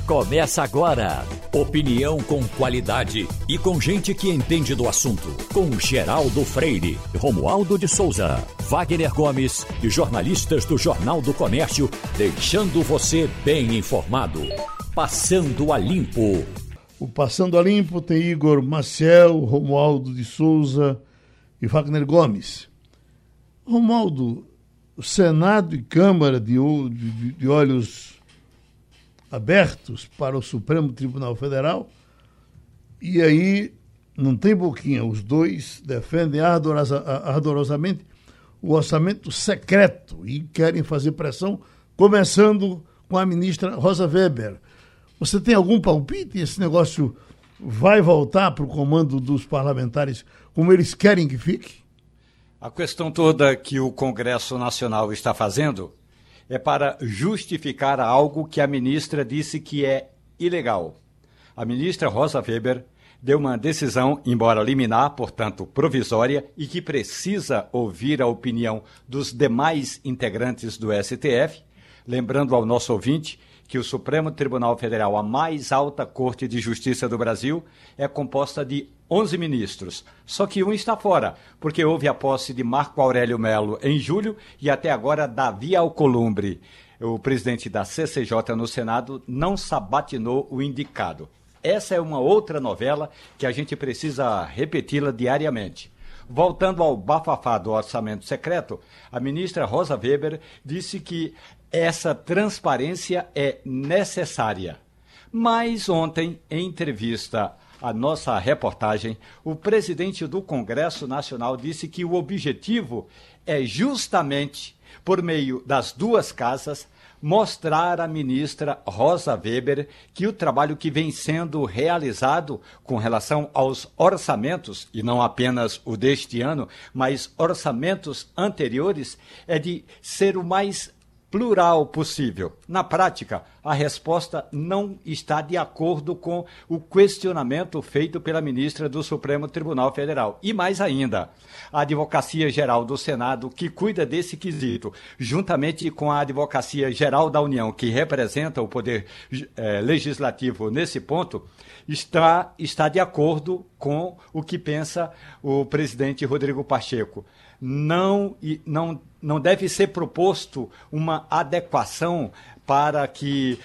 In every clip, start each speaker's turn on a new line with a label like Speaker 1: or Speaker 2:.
Speaker 1: Começa agora. Opinião com qualidade e com gente que entende do assunto. Com Geraldo Freire, Romualdo de Souza, Wagner Gomes e jornalistas do Jornal do Comércio, deixando você bem informado. Passando a Limpo.
Speaker 2: O Passando a Limpo tem Igor Maciel, Romualdo de Souza e Wagner Gomes. Romualdo, Senado e Câmara de olhos abertos para o Supremo Tribunal Federal, e aí não tem boquinha, os dois defendem ardorosamente o orçamento secreto e querem fazer pressão, começando com a ministra Rosa Weber. Você tem algum palpite? Esse negócio vai voltar para o comando dos parlamentares como eles querem que fique?
Speaker 3: A questão toda que o Congresso Nacional está fazendo é para justificar algo que a ministra disse que é ilegal. A ministra Rosa Weber deu uma decisão, embora liminar, portanto provisória, e que precisa ouvir a opinião dos demais integrantes do STF, lembrando ao nosso ouvinte que o Supremo Tribunal Federal, a mais alta Corte de Justiça do Brasil, é composta de 11 ministros. Só que um está fora, porque houve a posse de Marco Aurélio Mello em julho e até agora Davi Alcolumbre, o presidente da CCJ no Senado, não sabatinou o indicado. Essa é uma outra novela que a gente precisa repeti-la diariamente. Voltando ao bafafá do orçamento secreto, a ministra Rosa Weber disse que essa transparência é necessária. Mas ontem, em entrevista à nossa reportagem, o presidente do Congresso Nacional disse que o objetivo é justamente, por meio das duas casas, mostrar à ministra Rosa Weber que o trabalho que vem sendo realizado com relação aos orçamentos, e não apenas o deste ano, mas orçamentos anteriores, é de ser o mais plural possível. Na prática, a resposta não está de acordo com o questionamento feito pela ministra do Supremo Tribunal Federal. E mais ainda, a Advocacia Geral do Senado, que cuida desse quesito, juntamente com a Advocacia Geral da União, que representa o Poder Legislativo nesse ponto, está de acordo com o que pensa o presidente Rodrigo Pacheco. Não deve ser proposto uma adequação para que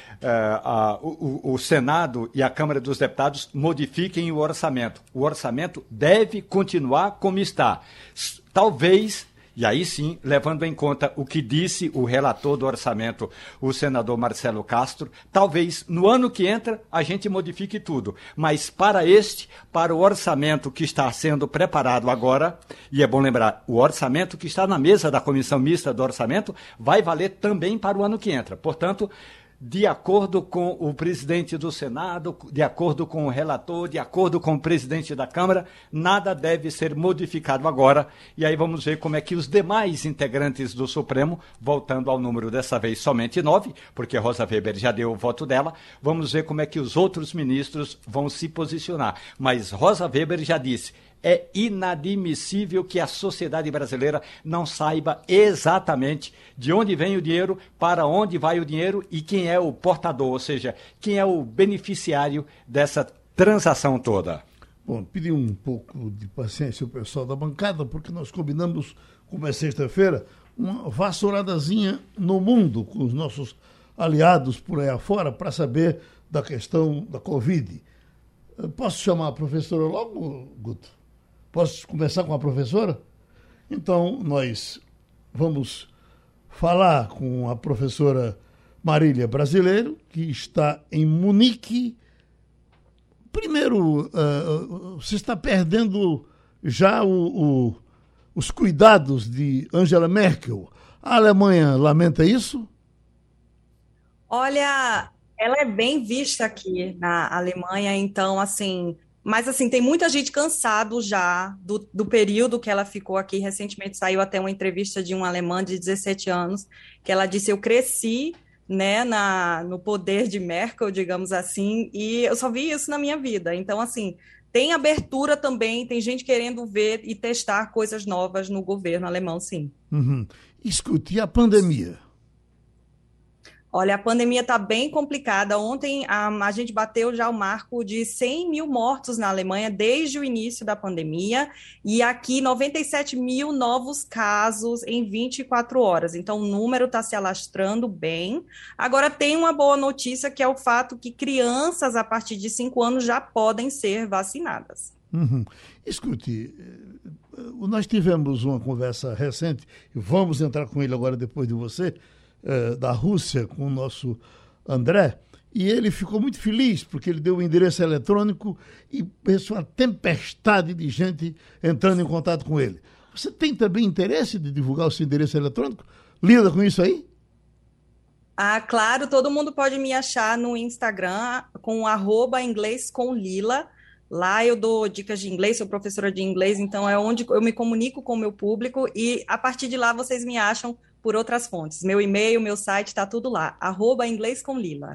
Speaker 3: o Senado e a Câmara dos Deputados modifiquem o orçamento. O orçamento deve continuar como está. Talvez, e aí sim, levando em conta o que disse o relator do orçamento, o senador Marcelo Castro, talvez no ano que entra a gente modifique tudo. Mas para o orçamento que está sendo preparado agora, e é bom lembrar, o orçamento que está na mesa da Comissão Mista do Orçamento vai valer também para o ano que entra. Portanto, de acordo com o presidente do Senado, de acordo com o relator, de acordo com o presidente da Câmara, nada deve ser modificado agora. E aí vamos ver como é que os demais integrantes do Supremo, voltando ao número dessa vez somente 9, porque Rosa Weber já deu o voto dela, vamos ver como é que os outros ministros vão se posicionar. Mas Rosa Weber já disse: é inadmissível que a sociedade brasileira não saiba exatamente de onde vem o dinheiro, para onde vai o dinheiro e quem é o portador, ou seja, quem é o beneficiário dessa transação toda.
Speaker 2: Bom, pedi um pouco de paciência ao pessoal da bancada, porque nós combinamos, como é sexta-feira, uma vassouradazinha no mundo com os nossos aliados por aí afora para saber da questão da Covid. Posso chamar a professora logo, Guto? Posso começar com a professora? Então, nós vamos falar com a professora Marília Brasileiro, que está em Munique. Primeiro, você está perdendo já os cuidados de Angela Merkel. A Alemanha lamenta isso?
Speaker 4: Olha, ela é bem vista aqui na Alemanha, então, assim, mas assim, tem muita gente cansado já do período que ela ficou aqui. Recentemente saiu até uma entrevista de uma alemã de 17 anos, que ela disse: eu cresci, né, no poder de Merkel, digamos assim, e eu só vi isso na minha vida. Então, assim, tem abertura também, tem gente querendo ver e testar coisas novas no governo alemão, sim.
Speaker 2: Uhum. Escute, e a pandemia?
Speaker 4: Olha, a pandemia está bem complicada. Ontem a gente bateu já o marco de 100 mil mortos na Alemanha desde o início da pandemia, e aqui 97 mil novos casos em 24 horas. Então, o número está se alastrando bem. Agora, tem uma boa notícia, que é o fato que crianças a partir de 5 anos já podem ser vacinadas.
Speaker 2: Uhum. Escute, nós tivemos uma conversa recente, e vamos entrar com ele agora depois de você, da Rússia, com o nosso André, e ele ficou muito feliz porque ele deu o endereço eletrônico e pensou uma tempestade de gente entrando em contato com ele. Você tem também interesse de divulgar o seu endereço eletrônico? Lida com isso aí?
Speaker 4: Ah, claro, todo mundo pode me achar no Instagram com @inglês_com_Lila. Lá eu dou dicas de inglês, sou professora de inglês, então é onde eu me comunico com o meu público, e a partir de lá vocês me acham por outras fontes. Meu e-mail, meu site, está tudo lá. @inglês_com_Lila.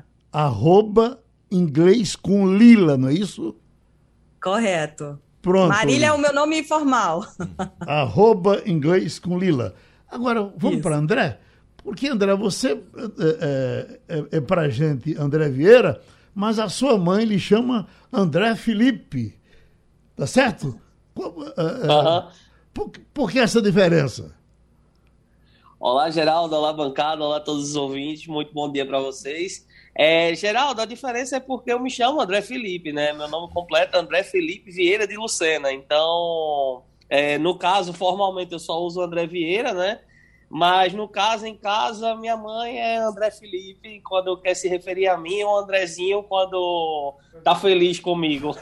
Speaker 2: @inglês_com_Lila, não é isso?
Speaker 4: Correto.
Speaker 2: Pronto.
Speaker 4: Marília é o meu nome informal.
Speaker 2: @inglês_com_Lila. Agora, vamos para André? Porque, André, você é para a gente André Vieira, mas a sua mãe lhe chama André Felipe. Tá certo? Por que essa diferença?
Speaker 5: Olá, Geraldo, olá, bancada, olá a todos os ouvintes, muito bom dia para vocês. Geraldo, a diferença é porque eu me chamo André Felipe, né? Meu nome completo é André Felipe Vieira de Lucena. Então, no caso, formalmente eu só uso André Vieira, né? Mas no caso, em casa, minha mãe é André Felipe quando quer se referir a mim, ou Andrezinho quando tá feliz comigo.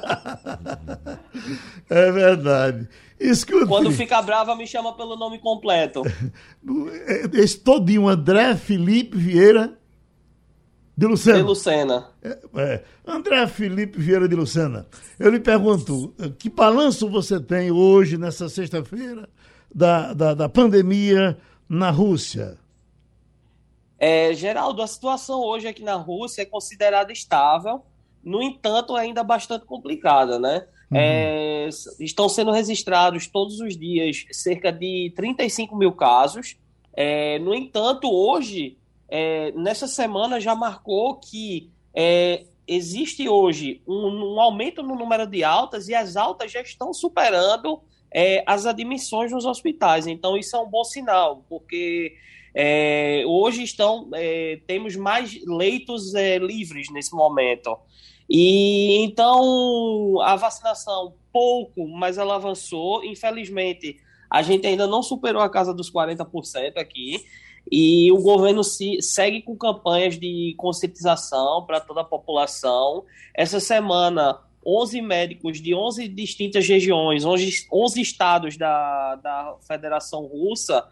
Speaker 2: É verdade. Escute.
Speaker 5: Quando fica brava, me chama pelo nome completo.
Speaker 2: Esse todinho, André Felipe Vieira de Lucena.
Speaker 5: De Lucena.
Speaker 2: André Felipe Vieira de Lucena. Eu lhe pergunto, que balanço você tem hoje, nessa sexta-feira, da pandemia na Rússia?
Speaker 5: Geraldo, a situação hoje aqui na Rússia é considerada estável, no entanto, ainda bastante complicada, né? Estão sendo registrados todos os dias cerca de 35 mil casos. No entanto, hoje, nessa semana já marcou que existe hoje um aumento no número de altas, e as altas já estão superando as admissões nos hospitais. Então, isso é um bom sinal, porque hoje temos mais leitos livres nesse momento. E então a vacinação pouco, mas ela avançou. Infelizmente, a gente ainda não superou a casa dos 40% aqui, e o governo segue com campanhas de conscientização para toda a população. Essa semana, 11 médicos de 11 distintas regiões, 11 estados da Federação Russa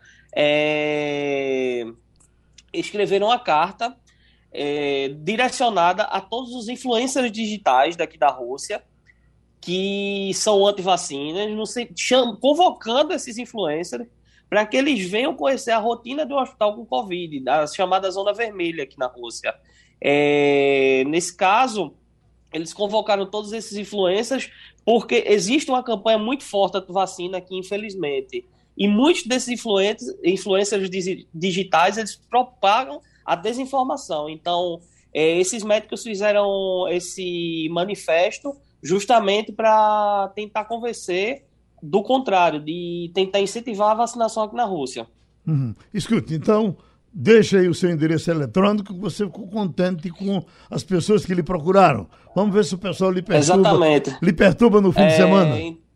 Speaker 5: escreveram a carta direcionada a todos os influencers digitais daqui da Rússia, que são anti-vacinas, convocando esses influencers para que eles venham conhecer a rotina do hospital com Covid, da chamada Zona Vermelha aqui na Rússia. Nesse caso, eles convocaram todos esses influencers porque existe uma campanha muito forte de vacina aqui, infelizmente. E muitos desses influencers digitais, eles propagam a desinformação. Então, esses médicos fizeram esse manifesto justamente para tentar convencer do contrário, de tentar incentivar a vacinação aqui na Rússia.
Speaker 2: Escute, então, deixa aí o seu endereço eletrônico, que você ficou contente com as pessoas que lhe procuraram. Vamos ver se o pessoal lhe perturba.
Speaker 5: Exatamente.
Speaker 2: Lhe perturba no fim de semana.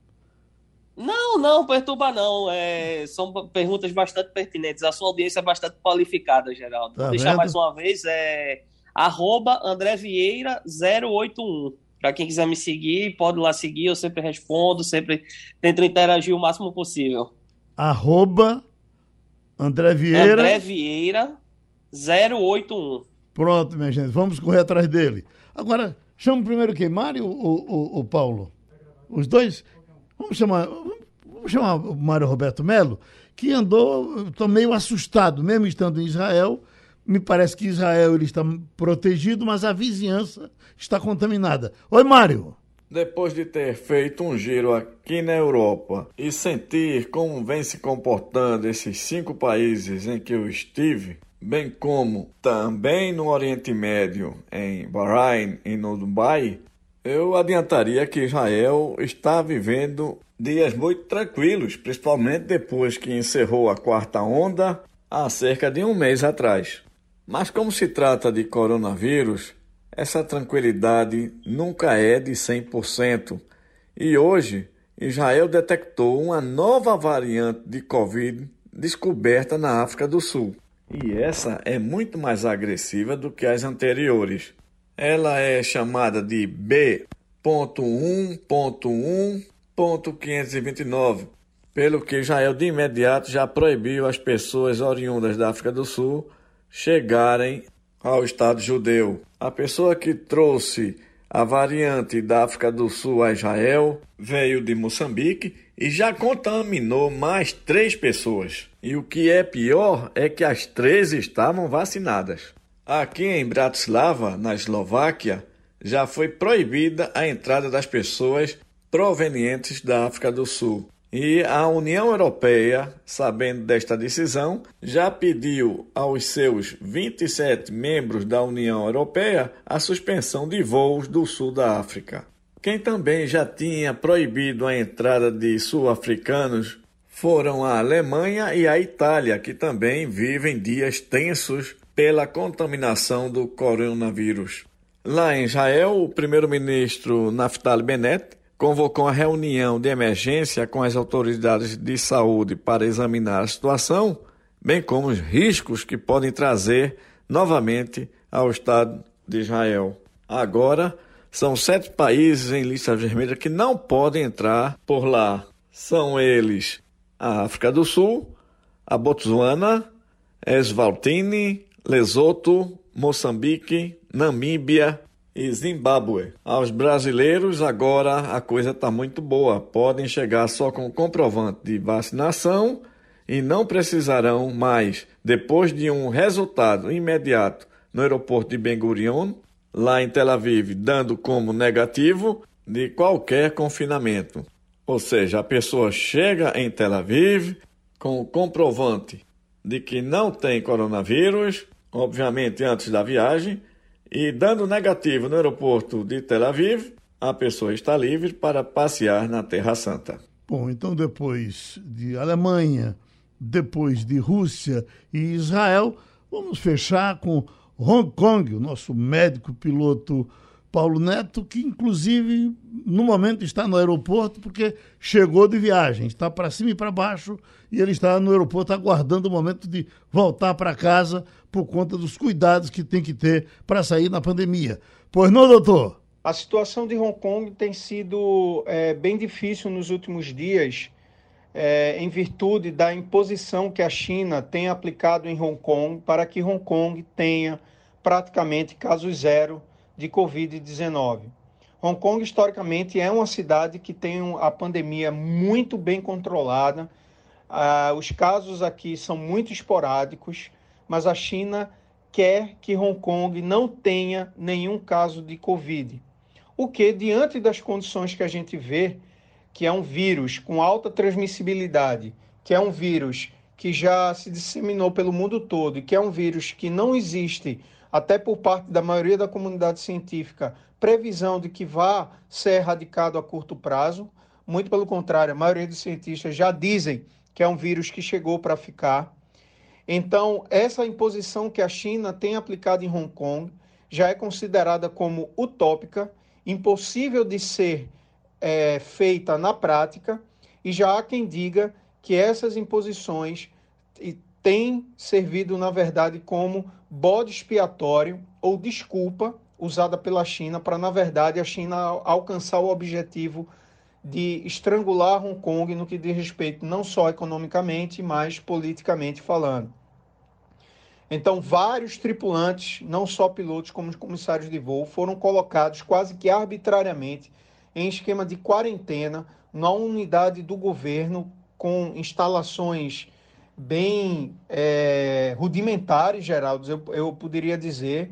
Speaker 5: Não, perturba não. São perguntas bastante pertinentes. A sua audiência é bastante qualificada, Geraldo. Vou deixar mais uma vez, @AndréVieira081. Para quem quiser me seguir, pode lá seguir, eu sempre respondo, sempre tento interagir o máximo possível. @AndréVieira081.
Speaker 2: Pronto, minha gente, vamos correr atrás dele. Agora, chama primeiro quem? Mário ou Paulo? Os dois? Vamos chamar o Mário Roberto Melo, que estou meio assustado, mesmo estando em Israel. Me parece que Israel ele está protegido, mas a vizinhança está contaminada. Oi, Mário.
Speaker 6: Depois de ter feito um giro aqui na Europa e sentir como vem se comportando esses 5 países em que eu estive, bem como também no Oriente Médio, em Bahrein e no Dubai, eu adiantaria que Israel está vivendo dias muito tranquilos, principalmente depois que encerrou a quarta onda há cerca de um mês atrás. Mas como se trata de coronavírus, essa tranquilidade nunca é de 100%. E hoje, Israel detectou uma nova variante de Covid descoberta na África do Sul. E essa é muito mais agressiva do que as anteriores. Ela é chamada de B.1.1.529, pelo que Israel de imediato já proibiu as pessoas oriundas da África do Sul chegarem ao Estado judeu. A pessoa que trouxe a variante da África do Sul a Israel veio de Moçambique e já contaminou mais 3 pessoas. E o que é pior é que as 3 estavam vacinadas. Aqui em Bratislava, na Eslováquia, já foi proibida a entrada das pessoas provenientes da África do Sul. E a União Europeia, sabendo desta decisão, já pediu aos seus 27 membros da União Europeia a suspensão de voos do sul da África. Quem também já tinha proibido a entrada de sul-africanos foram a Alemanha e a Itália, que também vivem dias tensos pela contaminação do coronavírus. Lá em Israel, o primeiro-ministro Naftali Bennett convocou uma reunião de emergência com as autoridades de saúde para examinar a situação, bem como os riscos que podem trazer novamente ao Estado de Israel. Agora, são 7 países em lista vermelha que não podem entrar por lá. São eles a África do Sul, a Botsuana, Eswatini, Lesoto, Moçambique, Namíbia e Zimbábue. Aos brasileiros, agora a coisa está muito boa. Podem chegar só com comprovante de vacinação e não precisarão mais, depois de um resultado imediato no aeroporto de Ben Gurion, lá em Tel Aviv, dando como negativo, de qualquer confinamento. Ou seja, a pessoa chega em Tel Aviv com o comprovante de que não tem coronavírus, obviamente antes da viagem, e dando negativo no aeroporto de Tel Aviv, a pessoa está livre para passear na Terra Santa.
Speaker 2: Bom, então depois de Alemanha, depois de Rússia e Israel, vamos fechar com Hong Kong, o nosso médico piloto Paulo Neto, que inclusive no momento está no aeroporto porque chegou de viagem, está para cima e para baixo e ele está no aeroporto aguardando o momento de voltar para casa por conta dos cuidados que tem que ter para sair na pandemia. Pois não, doutor?
Speaker 7: A situação de Hong Kong tem sido bem difícil nos últimos dias, em virtude da imposição que a China tem aplicado em Hong Kong para que Hong Kong tenha praticamente casos zero de Covid-19. Hong Kong, historicamente, é uma cidade que tem a pandemia muito bem controlada. Os casos aqui são muito esporádicos, mas a China quer que Hong Kong não tenha nenhum caso de Covid. O que, diante das condições que a gente vê, que é um vírus com alta transmissibilidade, que é um vírus que já se disseminou pelo mundo todo e que é um vírus que não existe, até por parte da maioria da comunidade científica, previsão de que vá ser erradicado a curto prazo. Muito pelo contrário, a maioria dos cientistas já dizem que é um vírus que chegou para ficar. Então, essa imposição que a China tem aplicado em Hong Kong já é considerada como utópica, impossível de ser feita na prática, e já há quem diga que essas imposições têm servido, na verdade, como bode expiatório ou desculpa usada pela China para, na verdade, a China alcançar o objetivo de estrangular Hong Kong no que diz respeito não só economicamente, mas politicamente falando. Então, vários tripulantes, não só pilotos como os comissários de voo, foram colocados quase que arbitrariamente em esquema de quarentena na unidade do governo, com instalações bem rudimentares, Geraldo, eu poderia dizer,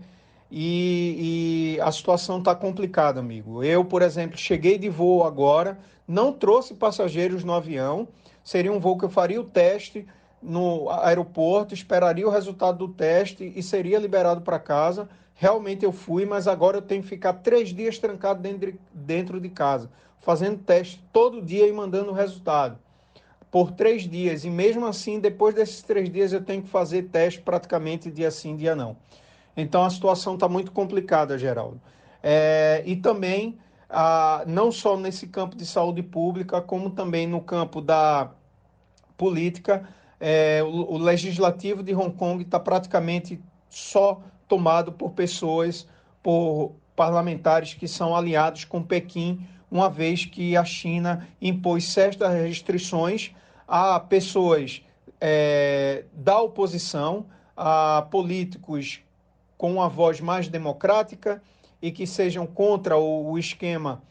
Speaker 7: e a situação está complicada, amigo. Eu, por exemplo, cheguei de voo agora, não trouxe passageiros no avião, seria um voo que eu faria o teste no aeroporto, esperaria o resultado do teste e seria liberado para casa. Realmente eu fui, mas agora eu tenho que ficar 3 dias trancado dentro de casa, fazendo teste todo dia e mandando o resultado por 3 dias. E mesmo assim, depois desses 3 dias, eu tenho que fazer teste praticamente dia sim, dia não. Então a situação está muito complicada, Geraldo. E também, não só nesse campo de saúde pública, como também no campo da política, o legislativo de Hong Kong está praticamente só tomado por pessoas, por parlamentares que são aliados com Pequim, uma vez que a China impôs certas restrições a pessoas da oposição, a políticos com uma voz mais democrática e que sejam contra o esquema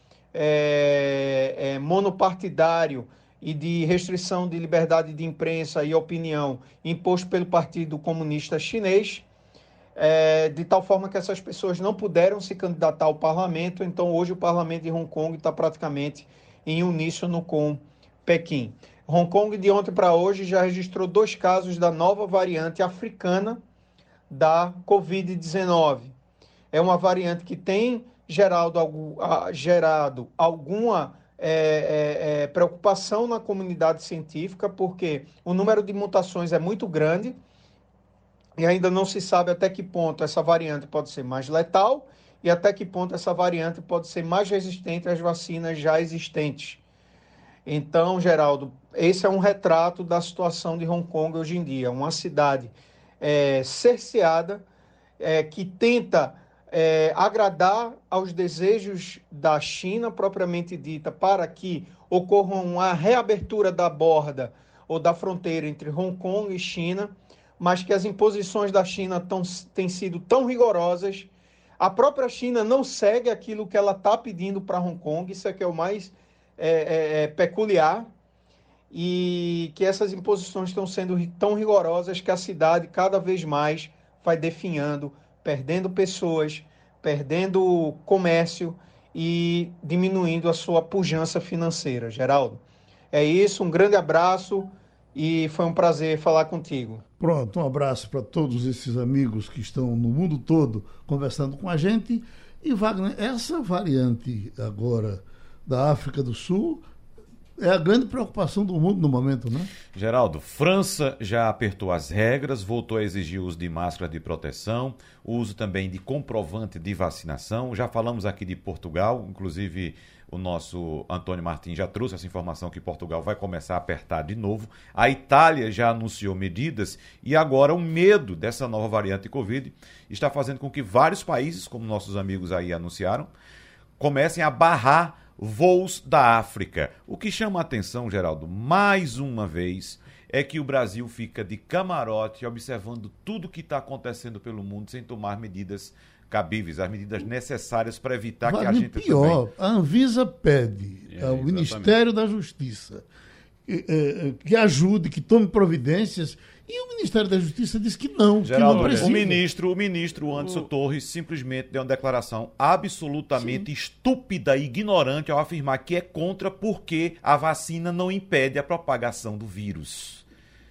Speaker 7: monopartidário e de restrição de liberdade de imprensa e opinião imposto pelo Partido Comunista Chinês, de tal forma que essas pessoas não puderam se candidatar ao parlamento. Então hoje o parlamento de Hong Kong está praticamente em uníssono com Pequim. Hong Kong de ontem para hoje já registrou 2 casos da nova variante africana da Covid-19. É uma variante que tem gerado alguma preocupação na comunidade científica, porque o número de mutações é muito grande e ainda não se sabe até que ponto essa variante pode ser mais letal e até que ponto essa variante pode ser mais resistente às vacinas já existentes. Então, Geraldo, esse é um retrato da situação de Hong Kong hoje em dia, uma cidade cerceada, que tenta agradar aos desejos da China propriamente dita, para que ocorra uma reabertura da borda ou da fronteira entre Hong Kong e China, mas que as imposições da China têm sido tão rigorosas. A própria China não segue aquilo que ela está pedindo para Hong Kong, isso é que é o mais peculiar, e que essas imposições estão sendo tão rigorosas que a cidade cada vez mais vai definhando, perdendo pessoas, perdendo comércio e diminuindo a sua pujança financeira. Geraldo, é isso, um grande abraço e foi um prazer falar contigo.
Speaker 2: Pronto, um abraço para todos esses amigos que estão no mundo todo conversando com a gente. E Wagner, essa variante agora da África do Sul é a grande preocupação do mundo no momento, né?
Speaker 8: Geraldo, França já apertou as regras, voltou a exigir o uso de máscara de proteção, o uso também de comprovante de vacinação. Já falamos aqui de Portugal, inclusive o nosso Antônio Martins já trouxe essa informação que Portugal vai começar a apertar de novo. A Itália já anunciou medidas e agora o medo dessa nova variante de Covid está fazendo com que vários países, como nossos amigos aí anunciaram, comecem a barrar voos da África. O que chama a atenção, Geraldo, mais uma vez, é que o Brasil fica de camarote observando tudo que está acontecendo pelo mundo sem tomar medidas cabíveis, as medidas necessárias para evitar que a gente
Speaker 2: pior, também... A Anvisa pede ao Ministério da Justiça que ajude, que tome providências, e o Ministério da Justiça diz que não,
Speaker 8: Geraldo,
Speaker 2: que não precisa.
Speaker 8: O ministro Anderson Torres simplesmente deu uma declaração absolutamente estúpida e ignorante ao afirmar que é contra porque a vacina não impede a propagação do vírus.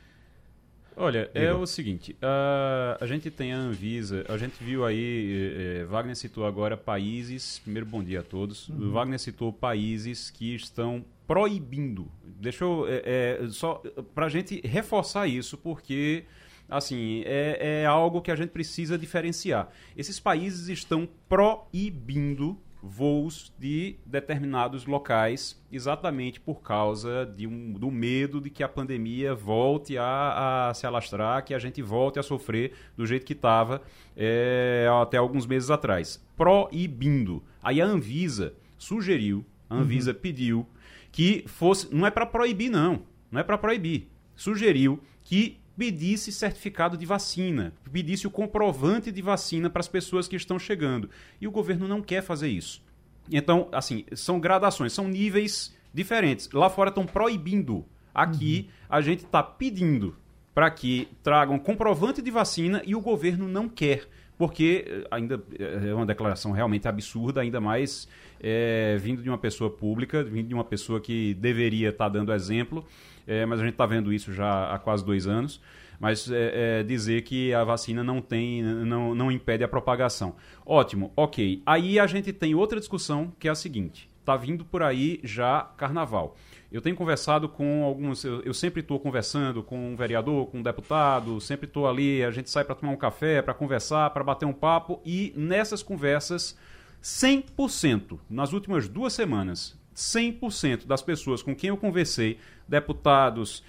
Speaker 9: Olha, é o seguinte, a gente tem a Anvisa, a gente viu aí, Wagner citou agora países, primeiro bom dia a todos, Wagner citou países que estão proibindo, deixa eu, só para a gente reforçar isso, porque assim, é algo que a gente precisa diferenciar. Esses países estão proibindo voos de determinados locais exatamente por causa do medo de que a pandemia volte a se alastrar, que a gente volte a sofrer do jeito que estava até alguns meses atrás. Proibindo. Aí a Anvisa sugeriu, a Anvisa pediu que fosse... Não é para proibir, não é para proibir. Sugeriu que pedisse certificado de vacina, pedisse o comprovante de vacina para as pessoas que estão chegando. E o governo não quer fazer isso. Então, assim, são gradações, são níveis diferentes. Lá fora estão proibindo. Aqui a gente está pedindo para que tragam comprovante de vacina e o governo não quer. porque ainda é uma declaração realmente absurda, ainda mais vindo de uma pessoa pública, vindo de uma pessoa que deveria estar dando exemplo, mas a gente está vendo isso já há quase 2 anos. Mas dizer que a vacina não impede a propagação. Ótimo, ok. Aí a gente tem outra discussão, que é a seguinte. Está vindo por aí já carnaval. Eu tenho conversado com alguns... Eu sempre estou conversando com um vereador, com um deputado, sempre estou ali, a gente sai para tomar um café, para conversar, para bater um papo, e nessas conversas, 100%, nas últimas 2 semanas, 100% das pessoas com quem eu conversei, deputados,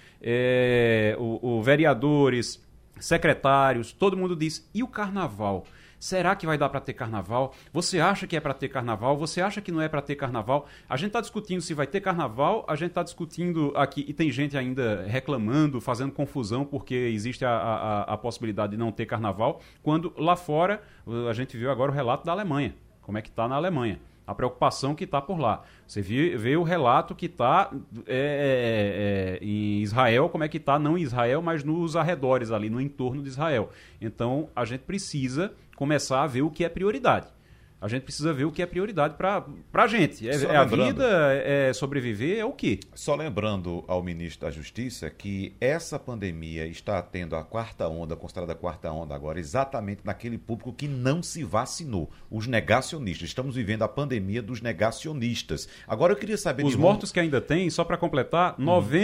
Speaker 9: vereadores, secretários, todo mundo diz, e o carnaval? Será que vai dar para ter carnaval? Você acha que é para ter carnaval? Você acha que não é para ter carnaval? A gente está discutindo se vai ter carnaval, a gente está discutindo aqui, e tem gente ainda reclamando, fazendo confusão, porque existe a possibilidade de não ter carnaval, quando lá fora, a gente viu agora o relato da Alemanha, como é que está na Alemanha. A preocupação que está por lá. Você vê o relato que está em Israel, como é que está, não em Israel, mas nos arredores ali, no entorno de Israel. Então, a gente precisa começar a ver o que é prioridade. A gente precisa ver o que é prioridade para a gente. É a vida, é sobreviver, é o quê?
Speaker 8: Só lembrando ao ministro da Justiça que essa pandemia está tendo a 4ª onda, considerada a 4ª onda agora, exatamente naquele público que não se vacinou, os negacionistas. Estamos vivendo a pandemia dos negacionistas. Agora eu queria saber...
Speaker 9: Os mortos que ainda tem, só para completar,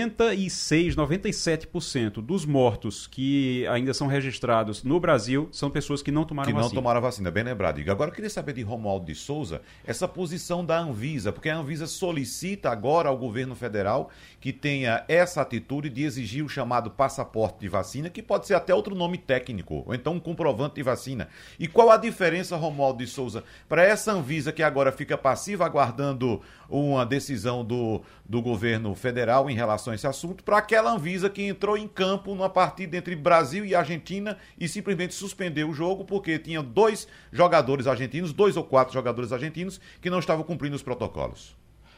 Speaker 9: 97% dos mortos que ainda são registrados no Brasil são pessoas que não tomaram vacina.
Speaker 8: Que não tomaram vacina, bem lembrado. Agora eu queria saber de Romualdo de Souza, essa posição da Anvisa, porque a Anvisa solicita agora ao governo federal que tenha essa atitude de exigir o chamado passaporte de vacina, que pode ser até outro nome técnico, ou então um comprovante de vacina. E qual a diferença, Romualdo de Souza, para essa Anvisa que agora fica passiva aguardando uma decisão do governo federal em relação a esse assunto, para aquela Anvisa que entrou em campo numa partida entre Brasil e Argentina e simplesmente suspendeu o jogo porque tinha 2 jogadores argentinos, 2 ou 4 jogadores argentinos que não estavam cumprindo os protocolos.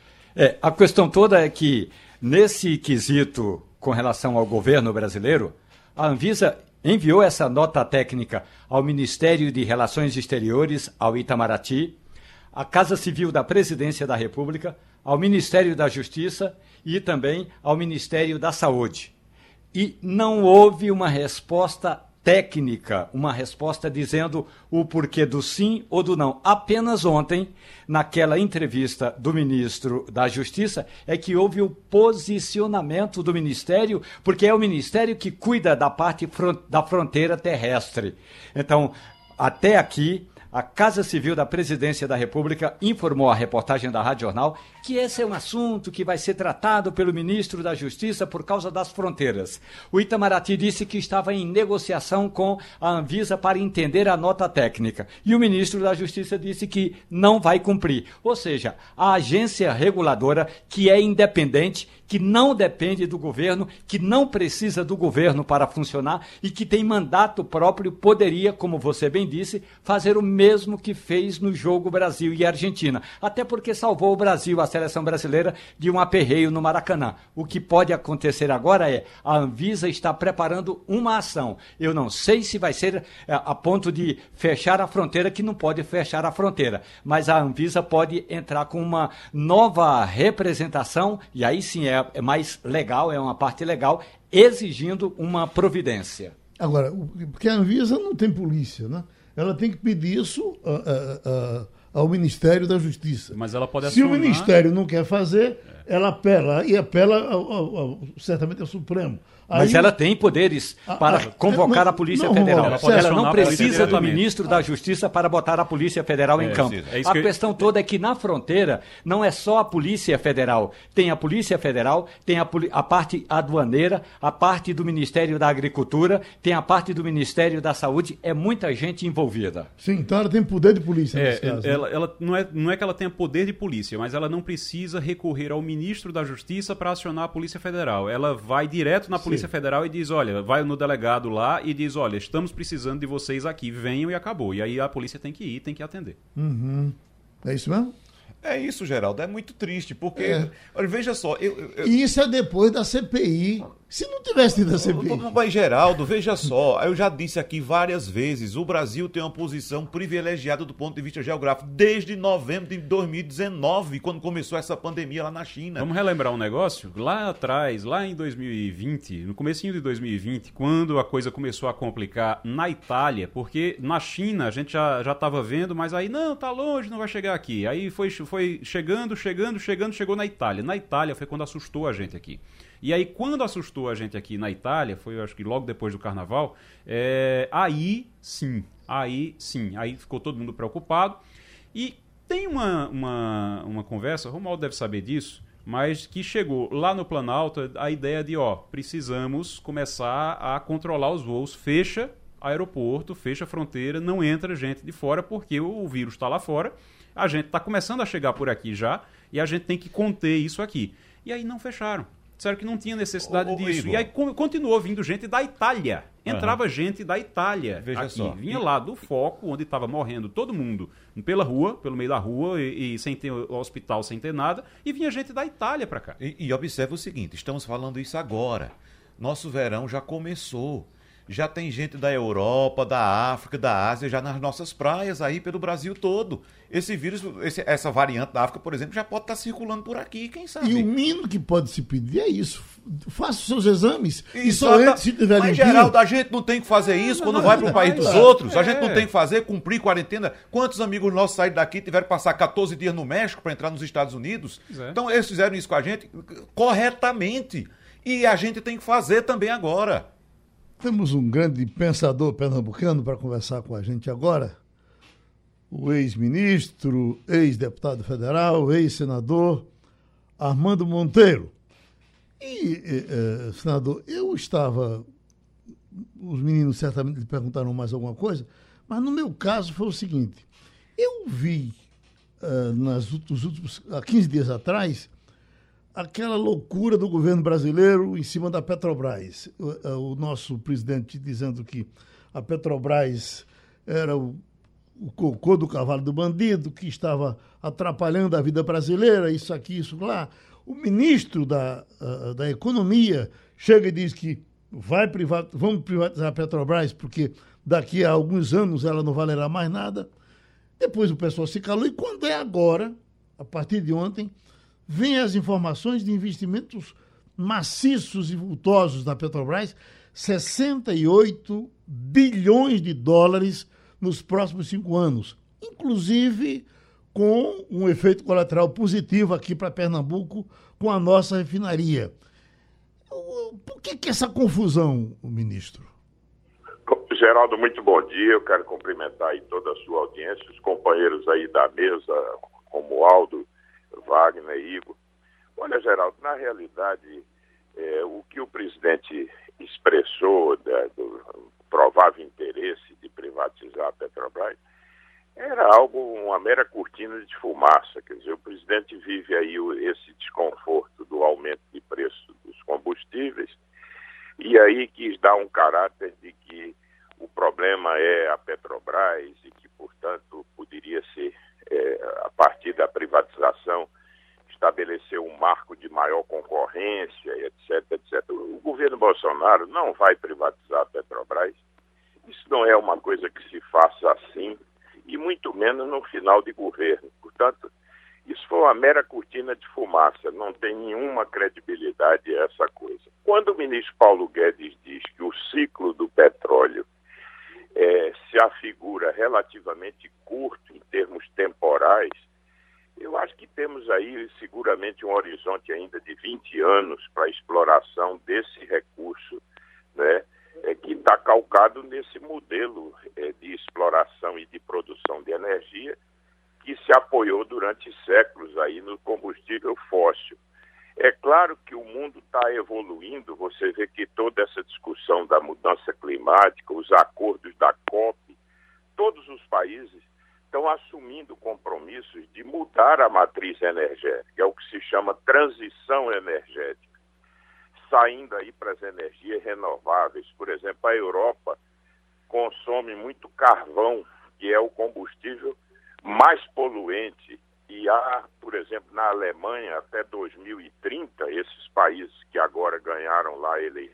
Speaker 3: A questão toda é que, nesse quesito com relação ao governo brasileiro, a Anvisa enviou essa nota técnica ao Ministério de Relações Exteriores, ao Itamaraty, à Casa Civil da Presidência da República, ao Ministério da Justiça e também ao Ministério da Saúde. E não houve uma resposta técnica, uma resposta dizendo o porquê do sim ou do não. Apenas ontem, naquela entrevista do ministro da Justiça, é que houve o posicionamento do Ministério, porque é o Ministério que cuida da parte da fronteira terrestre. Então, até aqui, a Casa Civil da Presidência da República informou à reportagem da Rádio Jornal que esse é um assunto que vai ser tratado pelo ministro da Justiça por causa das fronteiras. O Itamaraty disse que estava em negociação com a Anvisa para entender a nota técnica. E o ministro da Justiça disse que não vai cumprir. Ou seja, a agência reguladora, que é independente, que não depende do governo, que não precisa do governo para funcionar e que tem mandato próprio, poderia, como você bem disse, fazer o mesmo que fez no jogo Brasil e Argentina. Até porque salvou o Brasil, a seleção brasileira, de um aperreio no Maracanã. O que pode acontecer agora é a Anvisa está preparando uma ação. Eu não sei se vai ser a ponto de fechar a fronteira, que não pode fechar a fronteira, mas a Anvisa pode entrar com uma nova representação, e aí sim é mais legal, é uma parte legal, exigindo uma providência.
Speaker 2: Agora, porque a Anvisa não tem polícia, né? Ela tem que pedir isso ao Ministério da Justiça.
Speaker 9: Mas ela pode
Speaker 2: Se o Ministério não quer fazer, ela apela, e apela certamente ao Supremo.
Speaker 3: Mas ela tem poderes para convocar a Polícia Federal. Ela não precisa do ministro da Justiça para botar a Polícia Federal em campo. A questão toda é que na fronteira não é só a Polícia Federal. Tem a Polícia Federal, tem a parte aduaneira, a parte do Ministério da Agricultura, tem a parte do Ministério da Saúde. É muita gente envolvida.
Speaker 2: Sim, então ela tem poder de polícia nesse caso.
Speaker 9: Ela não é que ela tenha poder de polícia, mas ela não precisa recorrer ao ministro da Justiça para acionar a Polícia Federal. Ela vai direto na Polícia Federal e diz, olha, vai no delegado lá e diz, olha, estamos precisando de vocês aqui, venham, e acabou. E aí a polícia tem que ir, tem que atender.
Speaker 2: Uhum. É isso mesmo?
Speaker 8: É isso, Geraldo, é muito triste, porque, olha, veja só...
Speaker 2: E isso é depois da CPI Se não tivesse tido a CPI...
Speaker 8: Mas, Geraldo, veja só, eu já disse aqui várias vezes, o Brasil tem uma posição privilegiada do ponto de vista geográfico desde novembro de 2019, quando começou essa pandemia lá na China.
Speaker 9: Vamos relembrar um negócio? Lá atrás, lá em 2020, no comecinho de 2020, quando a coisa começou a complicar na Itália, porque na China a gente já estava vendo, mas aí, não, tá longe, não vai chegar aqui. Aí foi chegando, chegou na Itália. Na Itália foi quando assustou a gente aqui. E aí, quando assustou a gente aqui na Itália, foi acho que logo depois do Carnaval, aí ficou todo mundo preocupado. E tem uma conversa, o Romualdo deve saber disso, mas que chegou lá no Planalto a ideia de, precisamos começar a controlar os voos, fecha aeroporto, fecha a fronteira, não entra gente de fora, porque o vírus está lá fora, a gente está começando a chegar por aqui já, e a gente tem que conter isso aqui. E aí não fecharam. Disseram que não tinha necessidade disso.
Speaker 8: Igor.
Speaker 9: E aí continuou vindo gente da Itália. Entrava gente da Itália.
Speaker 8: Veja
Speaker 9: aqui.
Speaker 8: só.
Speaker 9: Vinha lá do foco, onde estava morrendo todo mundo pela rua, pelo meio da rua, e sem ter hospital, sem ter nada. E vinha gente da Itália para cá.
Speaker 8: E observe o seguinte, estamos falando isso agora. Nosso verão já começou. Já tem gente da Europa, da África, da Ásia, já nas nossas praias, aí pelo Brasil todo. Esse vírus, essa variante da África, por exemplo, já pode estar circulando por aqui, quem sabe?
Speaker 2: E o mínimo que pode se pedir é isso. Faça os seus exames. E
Speaker 8: Exato.
Speaker 2: só entre se tiver
Speaker 8: Mas,
Speaker 2: limpinho.
Speaker 8: Geraldo, a gente não tem que fazer isso quando vai para o país dos outros. A gente não tem que fazer, cumprir quarentena. Quantos amigos nossos saíram daqui tiveram que passar 14 dias no México para entrar nos Estados Unidos? Então, eles fizeram isso com a gente corretamente. E a gente tem que fazer também agora.
Speaker 2: Temos um grande pensador pernambucano para conversar com a gente agora. O ex-ministro, ex-deputado federal, ex-senador Armando Monteiro. E, senador, eu estava... Os meninos certamente lhe perguntaram mais alguma coisa, mas no meu caso foi o seguinte. Eu vi, há 15 dias atrás, aquela loucura do governo brasileiro em cima da Petrobras. O nosso presidente dizendo que a Petrobras era o cocô do cavalo do bandido, que estava atrapalhando a vida brasileira, isso aqui, isso lá. O ministro da Economia chega e diz que vamos privatizar a Petrobras porque daqui a alguns anos ela não valerá mais nada. Depois o pessoal se calou e quando é agora, a partir de ontem, vêm as informações de investimentos maciços e vultosos da Petrobras, 68 bilhões de dólares nos próximos 5 anos, inclusive com um efeito colateral positivo aqui para Pernambuco com a nossa refinaria. Por que essa confusão, ministro?
Speaker 10: Geraldo, muito bom dia. Eu quero cumprimentar aí toda a sua audiência, os companheiros aí da mesa, Romualdo, Wagner, Igor. Olha, Geraldo, na realidade, o que o presidente expressou do provável interesse de privatizar a Petrobras era uma mera cortina de fumaça. Quer dizer, o presidente vive aí esse desconforto do aumento de preço dos combustíveis e aí quis dar um caráter de que o problema é a Petrobras e que, portanto, poderia ser, a partir da privatização, estabelecer um marco de maior concorrência, etc, etc. O governo Bolsonaro não vai privatizar a Petrobras. Isso não é uma coisa que se faça assim, e muito menos no final de governo. Portanto, isso foi uma mera cortina de fumaça, não tem nenhuma credibilidade essa coisa. Quando o ministro Paulo Guedes diz que o ciclo do petróleo se afigura relativamente curto em termos temporais, eu acho que temos aí seguramente um horizonte ainda de 20 anos para a exploração desse recurso, né, que está calcado nesse modelo de exploração e de produção de energia que se apoiou durante séculos aí no combustível fóssil. É claro que o mundo está evoluindo, você vê que toda essa discussão da mudança climática, os acordos da COP, todos os países estão assumindo compromissos de mudar a matriz energética, é o que se chama transição energética, saindo aí para as energias renováveis. Por exemplo, a Europa consome muito carvão, que é o combustível mais poluente, e há, por exemplo, na Alemanha, até 2030, esses países que agora ganharam lá a eleição,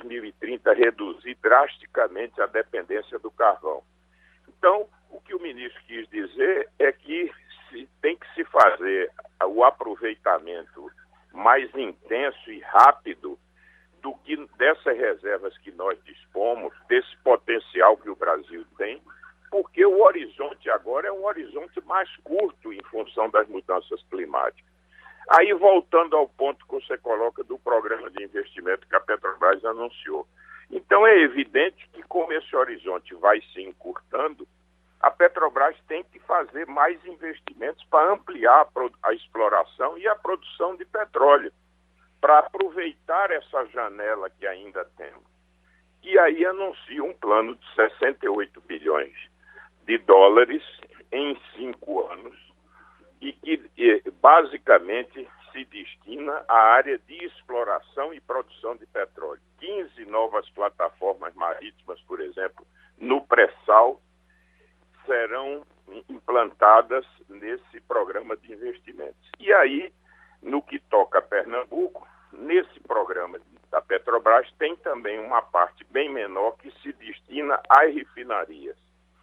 Speaker 10: 2030 reduzir drasticamente a dependência do carvão. Então, o que o ministro quis dizer é que tem que se fazer o aproveitamento mais intenso e rápido do que dessas reservas que nós dispomos, desse potencial que o Brasil tem, porque o horizonte agora é um horizonte mais curto em função das mudanças climáticas. Aí, voltando ao ponto que você coloca do programa de investimento que a Petrobras anunciou. Então, é evidente que, como esse horizonte vai se encurtando, a Petrobras tem que fazer mais investimentos para ampliar a exploração e a produção de petróleo, para aproveitar essa janela que ainda temos. E aí anuncia um plano de 68 bilhões de dólares em 5 anos e que basicamente se destina à área de exploração e produção de petróleo. 15 novas plataformas marítimas, por exemplo, no pré-sal, serão implantadas nesse programa de investimentos. E aí, no que toca a Pernambuco, nesse programa da Petrobras tem também uma parte bem menor que se destina às refinarias.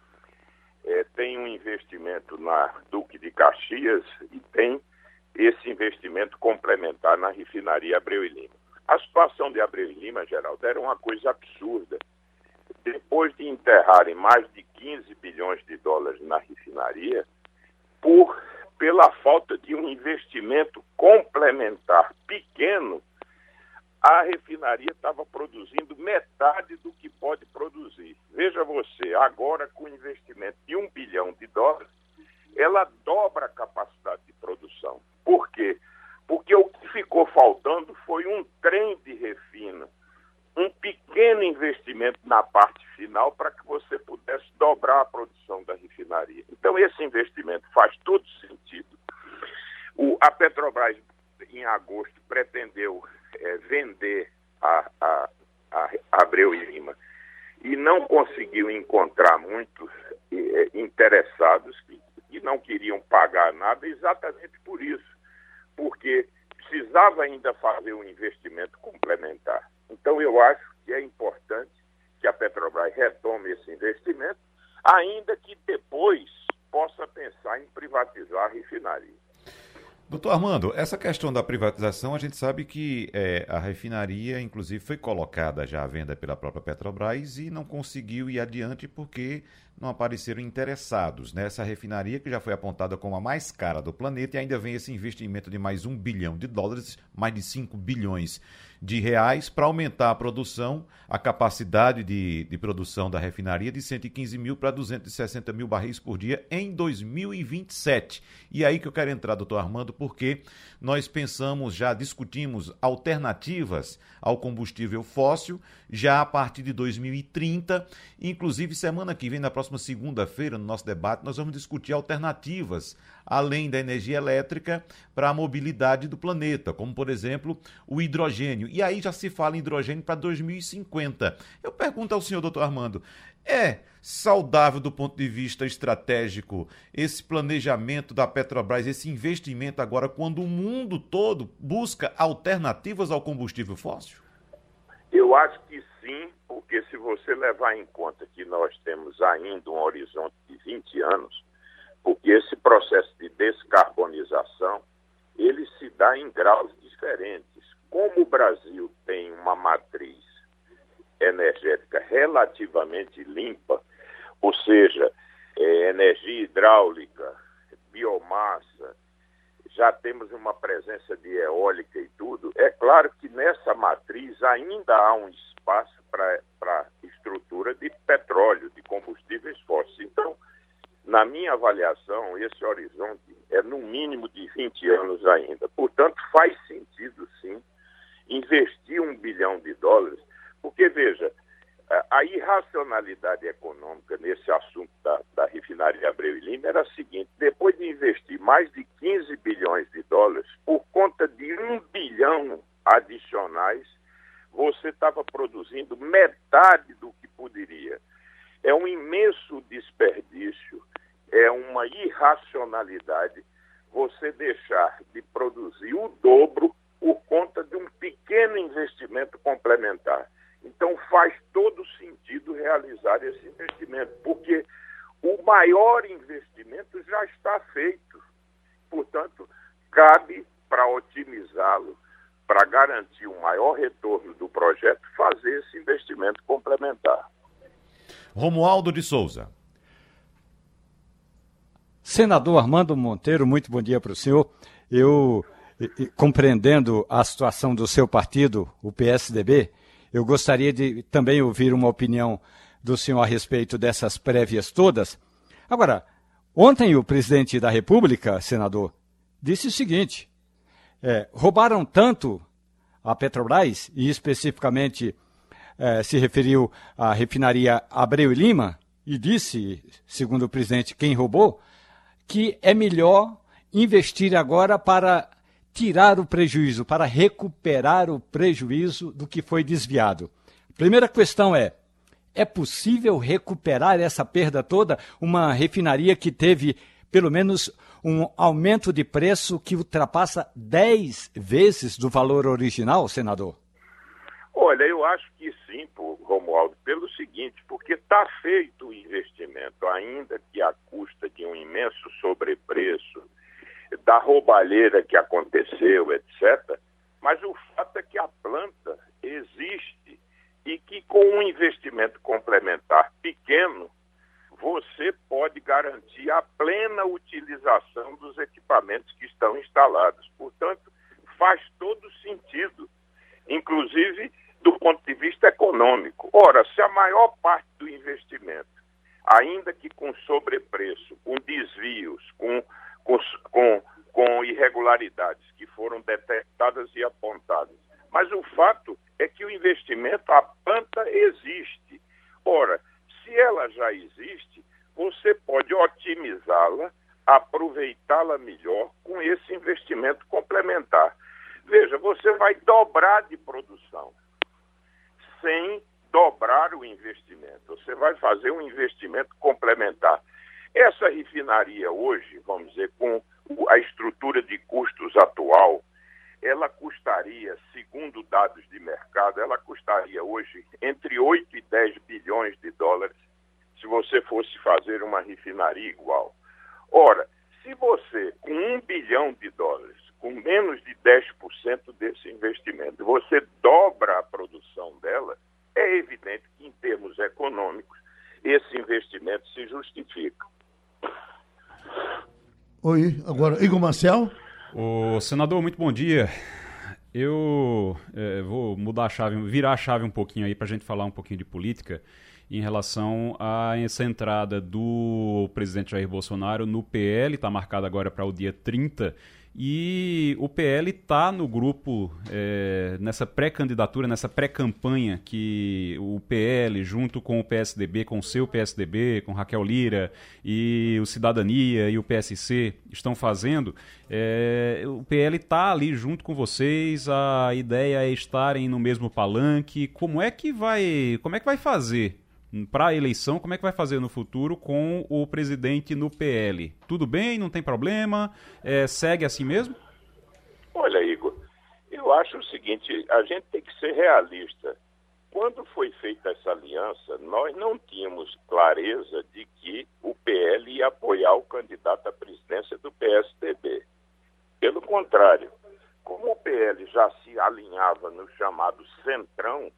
Speaker 10: Tem um investimento na Duque de Caxias e tem esse investimento complementar na refinaria Abreu e Lima. A situação de Abreu e Lima, Geraldo, era uma coisa absurda. Depois de enterrarem mais de 15 bilhões de dólares na refinaria, pela falta de um investimento complementar pequeno, a refinaria estava produzindo metade do que pode produzir. Veja você, agora com investimento de 1 bilhão de dólares, ela dobra a capacidade de produção. Por quê? Porque o que ficou faltando foi um trem de refino, um pequeno investimento na parte final para que você pudesse dobrar a produção da refinaria. Então, esse investimento faz todo sentido. A Petrobras, em agosto, pretendeu vender a Abreu e Lima e não conseguiu encontrar muitos interessados que não queriam pagar nada exatamente por isso, porque precisava ainda fazer um investimento complementar. Então, eu acho que é importante que a Petrobras retome esse investimento, ainda que depois possa pensar em privatizar a refinaria.
Speaker 8: Doutor Armando, essa questão da privatização, a gente sabe que a refinaria, inclusive, foi colocada já à venda pela própria Petrobras e não conseguiu ir adiante porque não apareceram interessados nessa refinaria, que já foi apontada como a mais cara do planeta, e ainda vem esse investimento de mais 1 bilhão de dólares, mais de 5 bilhões de reais, para aumentar a produção, a capacidade de produção da refinaria de 115 mil para 260 mil barris por dia em 2027. E aí que eu quero entrar, doutor Armando, porque nós pensamos, já discutimos alternativas ao combustível fóssil, já a partir de 2030, inclusive semana que vem, na próxima segunda-feira, no nosso debate, nós vamos discutir alternativas, além da energia elétrica, para a mobilidade do planeta, como, por exemplo, o hidrogênio. E aí já se fala em hidrogênio para 2050. Eu pergunto ao senhor, doutor Armando, é saudável do ponto de vista estratégico esse planejamento da Petrobras, esse investimento agora, quando o mundo todo busca alternativas ao combustível fóssil?
Speaker 10: Eu acho que sim, porque se você levar em conta que nós temos ainda um horizonte de 20 anos, porque esse processo de descarbonização, ele se dá em graus diferentes. Como o Brasil tem uma matriz energética relativamente limpa, ou seja, energia hidráulica, biomassa, já temos uma presença de eólica e tudo, é claro que nessa matriz ainda há um espaço para estrutura de petróleo, de combustíveis fósseis. Então, na minha avaliação, esse horizonte é no mínimo de 20 anos ainda. Portanto, faz sentido, sim, investir 1 bilhão de dólares, porque, veja, a irracionalidade econômica nesse assunto da refinaria Abreu e Lima era a seguinte: depois de investir mais de 15 bilhões de dólares, por conta de 1 bilhão adicionais, você estava produzindo metade do que poderia. É um imenso desperdício, é uma irracionalidade você deixar de produzir o dobro por conta de um pequeno investimento complementar. Então faz todo sentido realizar esse investimento, porque o maior investimento já está feito. Portanto, cabe, para otimizá-lo, para garantir um maior retorno do projeto, fazer esse investimento complementar.
Speaker 8: Romualdo de Souza.
Speaker 3: Senador Armando Monteiro, muito bom dia para o senhor. Eu, compreendendo a situação do seu partido, o PSDB, eu gostaria de também ouvir uma opinião do senhor a respeito dessas prévias todas. Agora, ontem o presidente da República, senador, disse o seguinte: roubaram tanto a Petrobras, e especificamente se referiu à refinaria Abreu e Lima, e disse, segundo o presidente, quem roubou, que é melhor investir agora para tirar o prejuízo, para recuperar o prejuízo do que foi desviado. A primeira questão é possível recuperar essa perda toda? Uma refinaria que teve pelo menos um aumento de preço que ultrapassa 10 vezes do valor original, senador?
Speaker 10: Olha, eu acho que sim, Romualdo, pelo seguinte, porque está feito o investimento, ainda que à custa de um imenso sobrepreço, da roubalheira que aconteceu, etc. Mas o fato é que a planta existe e que com um investimento complementar pequeno, você pode garantir a plena utilização dos equipamentos que estão instalados. Portanto, faz todo sentido, inclusive do ponto de vista econômico. Ora, se a maior parte do investimento, ainda que com sobrepreço, com desvios, com irregularidades que foram detectadas e apontadas, mas o fato é que o investimento, a planta existe. Ora, se ela já existe, você pode otimizá-la, aproveitá-la melhor com esse investimento complementar. Veja, você vai dobrar de produção sem dobrar o investimento. Você vai fazer um investimento complementar. Essa refinaria hoje, vamos dizer, com a estrutura de custos atual, ela custaria, segundo dados de mercado, ela custaria hoje entre 8 e 10 bilhões de dólares se você fosse fazer uma refinaria igual. Ora, se você, com 1 bilhão de dólares, com menos de 10% desse investimento, você dobra a produção dela, é evidente que, em termos econômicos, esse investimento se justifica.
Speaker 2: Oi, agora, Igor Marcel.
Speaker 9: Ô, senador, muito bom dia. Eu vou virar a chave um pouquinho aí para a gente falar um pouquinho de política em relação a essa entrada do presidente Jair Bolsonaro no PL, está marcada agora para o dia 30, e o PL está no grupo, nessa pré-candidatura, nessa pré-campanha que o PL, junto com o PSDB, com o seu PSDB, com Raquel Lira e o Cidadania e o PSC estão fazendo. O PL está ali junto com vocês, a ideia é estarem no mesmo palanque. Como é que vai fazer para a eleição, como é que vai fazer no futuro com o presidente no PL? Tudo bem? Não tem problema? Segue assim mesmo?
Speaker 10: Olha, Igor, eu acho o seguinte, a gente tem que ser realista. Quando foi feita essa aliança, nós não tínhamos clareza de que o PL ia apoiar o candidato à presidência do PSDB. Pelo contrário, como o PL já se alinhava no chamado Centrão,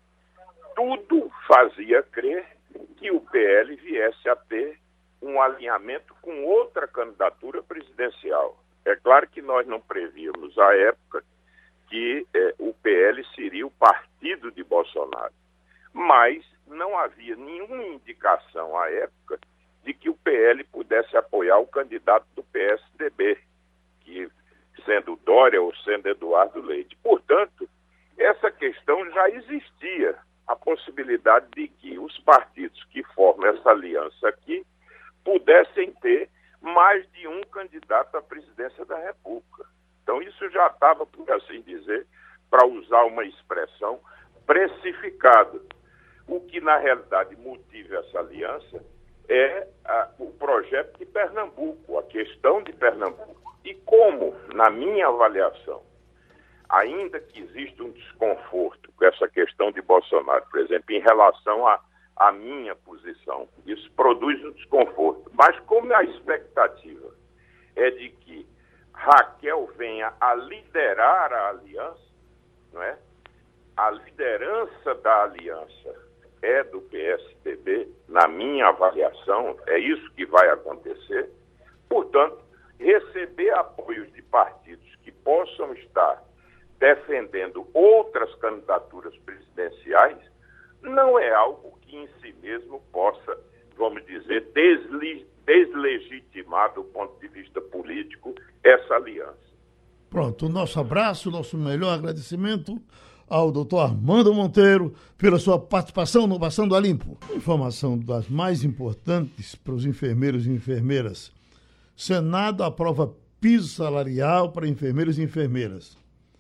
Speaker 10: tudo fazia crer que o PL viesse a ter um alinhamento com outra candidatura presidencial. É claro que nós não prevíamos à época que o PL seria o partido de Bolsonaro, mas não havia nenhuma indicação à época de que o PL pudesse apoiar o candidato do PSDB, que sendo Dória ou sendo Eduardo Leite. Portanto, essa questão já existia, a possibilidade de que os partidos que formam essa aliança aqui pudessem ter mais de um candidato à presidência da República. Então isso já estava, por assim dizer, para usar uma expressão, precificado. O que na realidade motiva essa aliança é o projeto de Pernambuco, a questão de Pernambuco. E como, na minha avaliação, ainda que exista um desconforto com essa questão de Bolsonaro, por exemplo, em relação à minha posição, isso produz um desconforto. Mas como a expectativa é de que Raquel venha a liderar a aliança, não é? A liderança da aliança é do PSDB, na minha avaliação, é isso que vai acontecer. Portanto, receber apoios de partidos que possam estar defendendo outras candidaturas presidenciais não é algo que em si mesmo possa, vamos dizer, deslegitimar do ponto de vista político essa aliança.
Speaker 2: Pronto, o nosso abraço, o nosso melhor agradecimento ao doutor Armando Monteiro pela sua participação no Passando a Limpo. Informação das mais importantes para os enfermeiros e enfermeiras. Senado aprova piso salarial para enfermeiros e enfermeiras.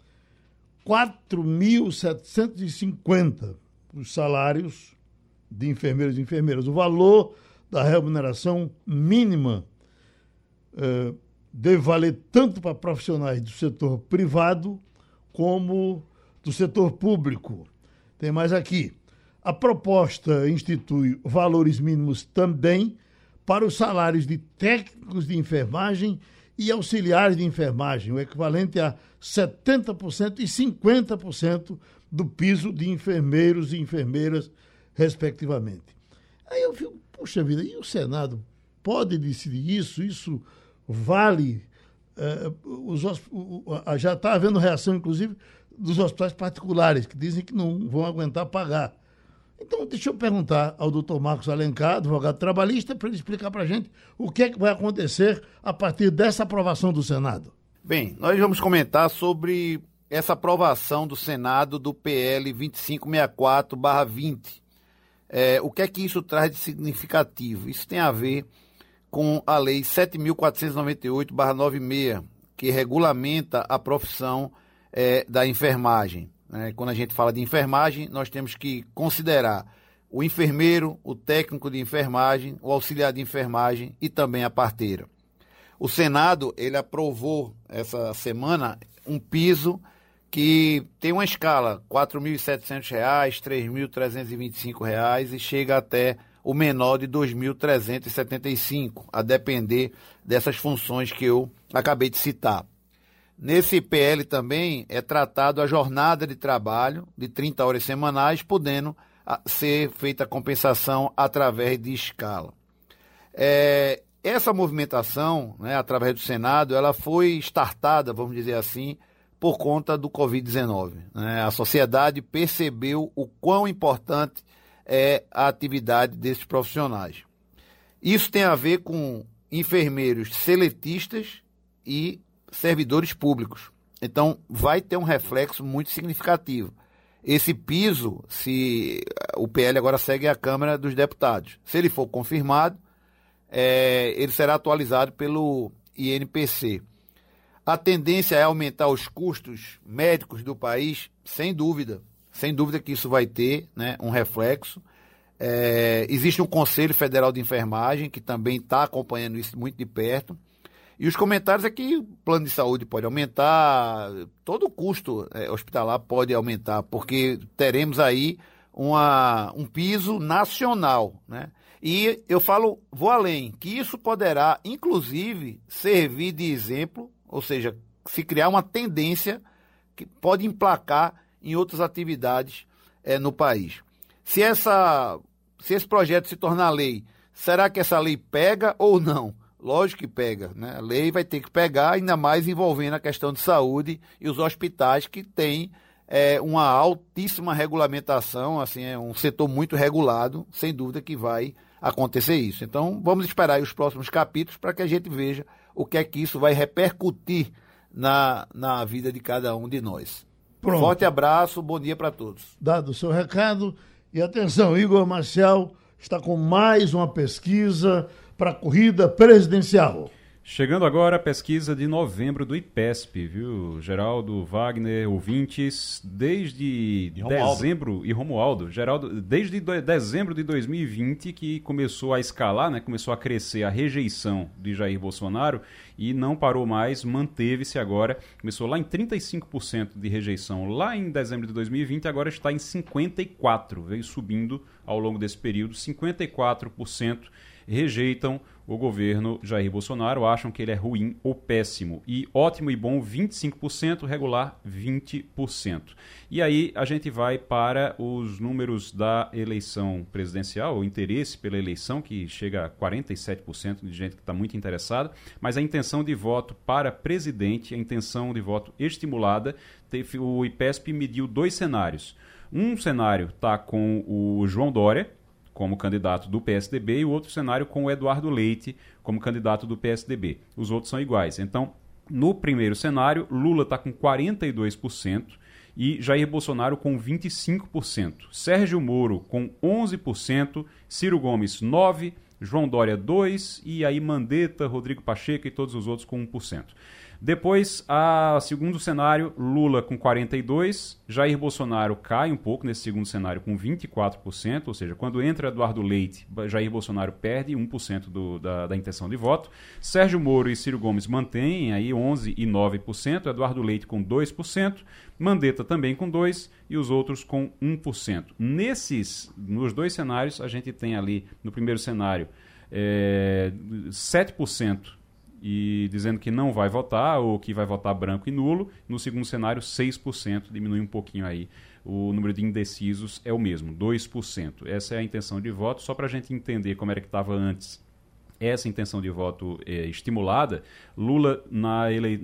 Speaker 2: 4.750 os salários de enfermeiros e enfermeiras. O valor da remuneração mínima deve valer tanto para profissionais do setor privado como do setor público. Tem mais aqui. A proposta institui valores mínimos também para os salários de técnicos de enfermagem e auxiliares de enfermagem, o equivalente a 70% e 50% do piso de enfermeiros e enfermeiras, respectivamente. Aí eu fico, puxa vida, e o Senado pode decidir isso? Isso vale? Já está havendo reação, inclusive, dos hospitais particulares, que dizem que não vão aguentar pagar. Então, deixa eu perguntar ao doutor Marcos Alencar, advogado trabalhista, para ele explicar para a gente o que é que vai acontecer a partir dessa aprovação do Senado.
Speaker 11: Bem, nós vamos comentar sobre essa aprovação do Senado do PL 2564/20. O que é que isso traz de significativo? Isso tem a ver com a Lei 7.498/96, que regulamenta a profissão da enfermagem. Quando a gente fala de enfermagem, nós temos que considerar o enfermeiro, o técnico de enfermagem, o auxiliar de enfermagem e também a parteira. O Senado, ele aprovou essa semana um piso que tem uma escala, R$ 4.700, R$ 3.325 e chega até o menor de R$ 2.375, a depender dessas funções que eu acabei de citar. Nesse PL também é tratado a jornada de trabalho de 30 horas semanais, podendo ser feita a compensação através de escala. Essa movimentação, através do Senado, ela foi startada, vamos dizer assim, por conta do Covid-19. A sociedade percebeu o quão importante é a atividade desses profissionais. Isso tem a ver com enfermeiros seletistas e servidores públicos. Então, vai ter um reflexo muito significativo. Esse piso, se o PL agora segue a Câmara dos Deputados, se ele for confirmado, ele será atualizado pelo INPC. A tendência é aumentar os custos médicos do país, sem dúvida que isso vai ter um reflexo. Existe um Conselho Federal de Enfermagem, que também está acompanhando isso muito de perto. E os comentários é que o plano de saúde pode aumentar, todo o custo hospitalar pode aumentar, porque teremos aí um piso nacional, E eu vou além, que isso poderá, inclusive, servir de exemplo, ou seja, se criar uma tendência que pode emplacar em outras atividades no país. Se esse projeto se tornar lei, será que essa lei pega ou não? Lógico que pega, A lei vai ter que pegar, ainda mais envolvendo a questão de saúde e os hospitais que têm uma altíssima regulamentação, assim, é um setor muito regulado, sem dúvida que vai acontecer isso. Então, vamos esperar aí os próximos capítulos para que a gente veja o que é que isso vai repercutir na vida de cada um de nós.
Speaker 2: Pronto.
Speaker 11: Forte abraço, bom dia para todos.
Speaker 2: Dado o seu recado, e atenção, Igor Marcial está com mais uma pesquisa para a corrida presidencial.
Speaker 9: Chegando agora a pesquisa de novembro do IPESP, viu, Geraldo, Wagner, ouvintes, desde dezembro, e Romualdo, Geraldo, desde dezembro de 2020 que começou a escalar, né, começou a crescer a rejeição de Jair Bolsonaro e não parou mais, manteve-se agora, começou lá em 35% de rejeição lá em dezembro de 2020, agora está em 54%, veio subindo ao longo desse período, 54% rejeitam o governo Jair Bolsonaro, acham que ele é ruim ou péssimo. E ótimo e bom, 25%, regular, 20%. E aí a gente vai para os números da eleição presidencial, o interesse pela eleição, que chega a 47% de gente que está muito interessada, mas a intenção de voto para presidente, a intenção de voto estimulada, o IPESP mediu 2 cenários. Um cenário está com o João Dória, como candidato do PSDB, e o outro cenário com o Eduardo Leite como candidato do PSDB. Os outros são iguais. Então, no primeiro cenário, Lula está com 42% e Jair Bolsonaro com 25%. Sérgio Moro com 11%, Ciro Gomes 9%, João Dória 2% e aí Mandetta, Rodrigo Pacheco e todos os outros com 1%. Depois, segundo cenário, Lula com 42%, Jair Bolsonaro cai um pouco nesse segundo cenário com 24%, ou seja, quando entra Eduardo Leite, Jair Bolsonaro perde 1% da intenção de voto. Sérgio Moro e Ciro Gomes mantêm aí 11% e 9%, Eduardo Leite com 2%, Mandetta também com 2% e os outros com 1%. Nos 2 cenários, a gente tem ali, no primeiro cenário, 7%, e dizendo que não vai votar ou que vai votar branco e nulo. No segundo cenário, 6%, diminui um pouquinho aí. O número de indecisos é o mesmo, 2%. Essa é a intenção de voto. Só para a gente entender como era que estava antes essa intenção de voto estimulada, Lula na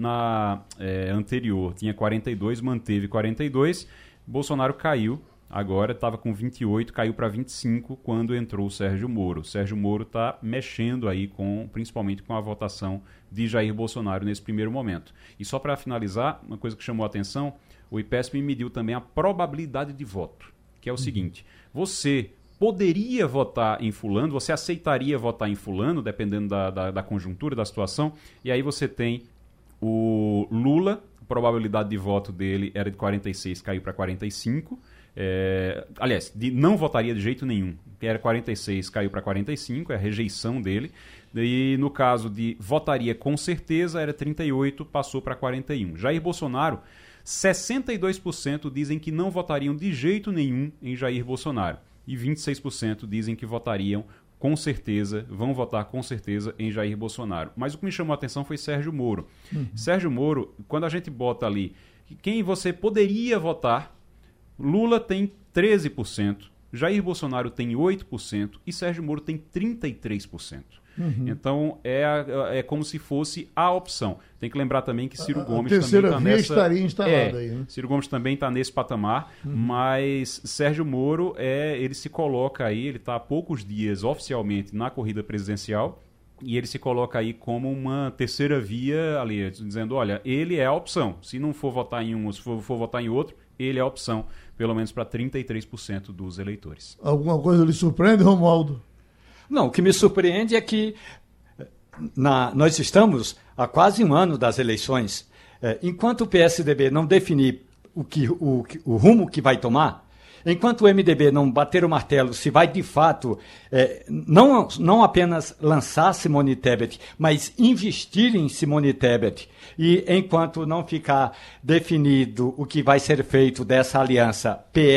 Speaker 9: anterior tinha 42%, manteve 42%, Bolsonaro caiu. Agora estava com 28%, caiu para 25% quando entrou o Sérgio Moro. O Sérgio Moro está mexendo aí principalmente com a votação de Jair Bolsonaro nesse primeiro momento. E só para finalizar, uma coisa que chamou a atenção, o IPESP mediu também a probabilidade de voto, que é o seguinte: você poderia votar em fulano, você aceitaria votar em fulano, dependendo da conjuntura, da situação, e aí você tem o Lula, a probabilidade de voto dele era de 46%, caiu para 45%, aliás, não votaria de jeito nenhum, que era 46, caiu para 45, é a rejeição dele. E no caso de votaria com certeza, era 38, passou para 41. Jair Bolsonaro, 62% dizem que não votariam de jeito nenhum em Jair Bolsonaro. E 26% dizem que votariam com certeza, vão votar com certeza em Jair Bolsonaro. Mas o que me chamou a atenção foi Sérgio Moro. Sérgio Moro, quando a gente bota ali quem você poderia votar, Lula tem 13%, Jair Bolsonaro tem 8% e Sérgio Moro tem 33%. Então é como se fosse a opção. Tem que lembrar também que Ciro Gomes também está nessa...
Speaker 2: estaria instalada aí, né?
Speaker 9: Ciro Gomes também está nesse patamar, mas Sérgio Moro, ele se coloca aí, ele está há poucos dias oficialmente na corrida presidencial, e ele se coloca aí como uma terceira via ali, dizendo, olha, ele é a opção. Se não for votar em um, se for votar em outro, ele é a opção, pelo menos para 33% dos eleitores.
Speaker 2: Alguma coisa lhe surpreende, Romualdo?
Speaker 3: Não, o que me surpreende é que nós estamos há quase um ano das eleições. Enquanto o PSDB não definir o rumo que vai tomar, enquanto o MDB não bater o martelo se vai de fato não apenas lançar Simone Tebet, mas investir em Simone Tebet, e enquanto não ficar definido o que vai ser feito dessa aliança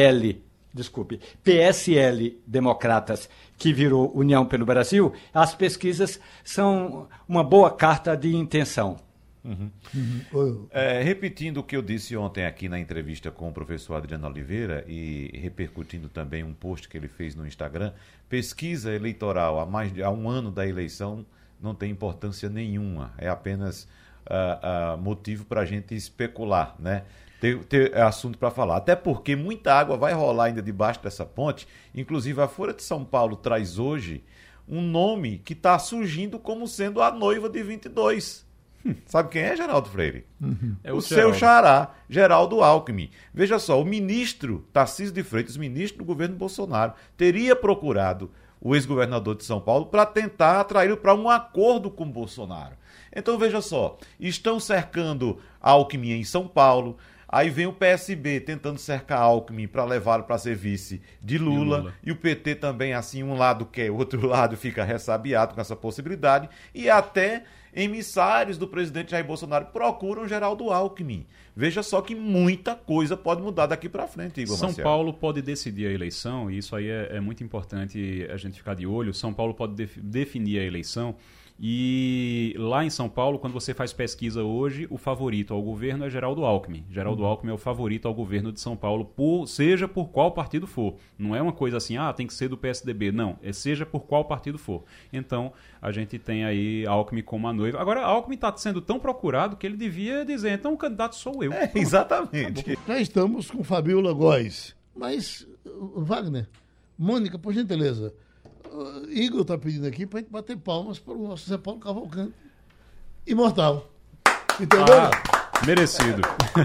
Speaker 3: PSL Democratas, que virou União pelo Brasil, as pesquisas são uma boa carta de intenção.
Speaker 8: Repetindo o que eu disse ontem aqui na entrevista com o professor Adriano Oliveira e repercutindo também um post que ele fez no Instagram, pesquisa eleitoral há um ano da eleição não tem importância nenhuma, é apenas motivo para a gente especular, né? Ter assunto para falar, até porque muita água vai rolar ainda debaixo dessa ponte. Inclusive a Folha de São Paulo traz hoje um nome que está surgindo como sendo a noiva de 22. Sabe quem é, Geraldo Freire?
Speaker 9: É
Speaker 8: o seu xará, Geraldo Alckmin. Veja só, o ministro Tarcísio de Freitas, ministro do governo Bolsonaro, teria procurado o ex-governador de São Paulo, para tentar atraí-lo para um acordo com Bolsonaro. Então, veja só, estão cercando Alckmin em São Paulo, aí vem o PSB tentando cercar Alckmin para levá-lo para ser vice de Lula, e o PT também, assim, um lado quer, o outro lado fica ressabiado com essa possibilidade, e até emissários do presidente Jair Bolsonaro procuram Geraldo Alckmin. Veja só que muita coisa pode mudar daqui para frente, Igor
Speaker 9: São
Speaker 8: Marcel.
Speaker 9: Paulo pode decidir a eleição, e isso aí é muito importante a gente ficar de olho. São Paulo pode definir a eleição. E lá em São Paulo, quando você faz pesquisa hoje, o favorito ao governo é Geraldo Alckmin. Geraldo Alckmin é o favorito ao governo de São Paulo, seja por qual partido for. Não é uma coisa assim, tem que ser do PSDB. Não, seja por qual partido for. Então, a gente tem aí Alckmin como a noiva. Agora, Alckmin está sendo tão procurado que ele devia dizer, então o candidato sou eu.
Speaker 8: Exatamente.
Speaker 2: Já estamos com Fabiola Góes. Mas, Wagner, Mônica, por gentileza, Igor está pedindo aqui para a gente bater palmas para o nosso Zé Paulo Cavalcante. Imortal. Entendeu?
Speaker 9: Merecido.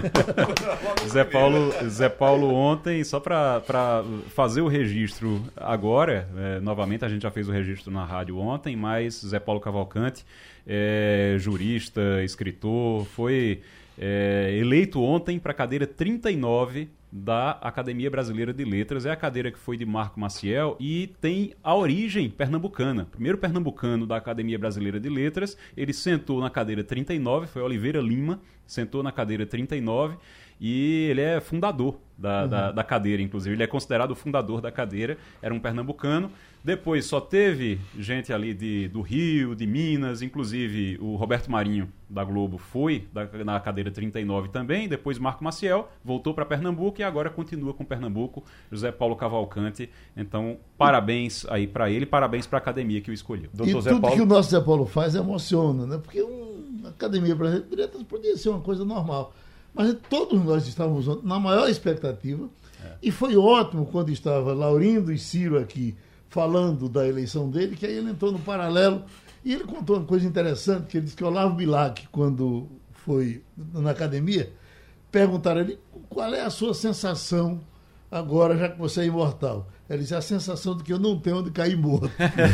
Speaker 9: Zé Paulo ontem, só para fazer o registro agora, novamente a gente já fez o registro na rádio ontem, mas Zé Paulo Cavalcante, jurista, escritor, foi eleito ontem para a cadeira 39 da Academia Brasileira de Letras. É a cadeira que foi de Marco Maciel e tem a origem pernambucana. Primeiro pernambucano da Academia Brasileira de Letras, ele sentou na cadeira 39, foi Oliveira Lima, sentou na cadeira 39 e ele é fundador da cadeira, inclusive. Ele é considerado o fundador da cadeira, era um pernambucano. Depois só teve gente ali do Rio, de Minas, inclusive o Roberto Marinho, da Globo, foi na cadeira 39 também. Depois Marco Maciel voltou para Pernambuco e agora continua com Pernambuco, José Paulo Cavalcante. Então, parabéns aí para ele, parabéns para a academia que o escolheu.
Speaker 2: E tudo que o nosso Zé Paulo faz emociona, né? Porque a Academia Brasileira de Letras podia ser uma coisa normal. Mas todos nós estávamos na maior expectativa. E foi ótimo quando estava Laurindo e Ciro aqui falando da eleição dele, que aí ele entrou no paralelo e ele contou uma coisa interessante, que ele disse que Olavo Bilac, quando foi na academia, perguntaram a ele qual é a sua sensação agora, já que você é imortal. Ele disse, a sensação de que eu não tenho onde cair morto.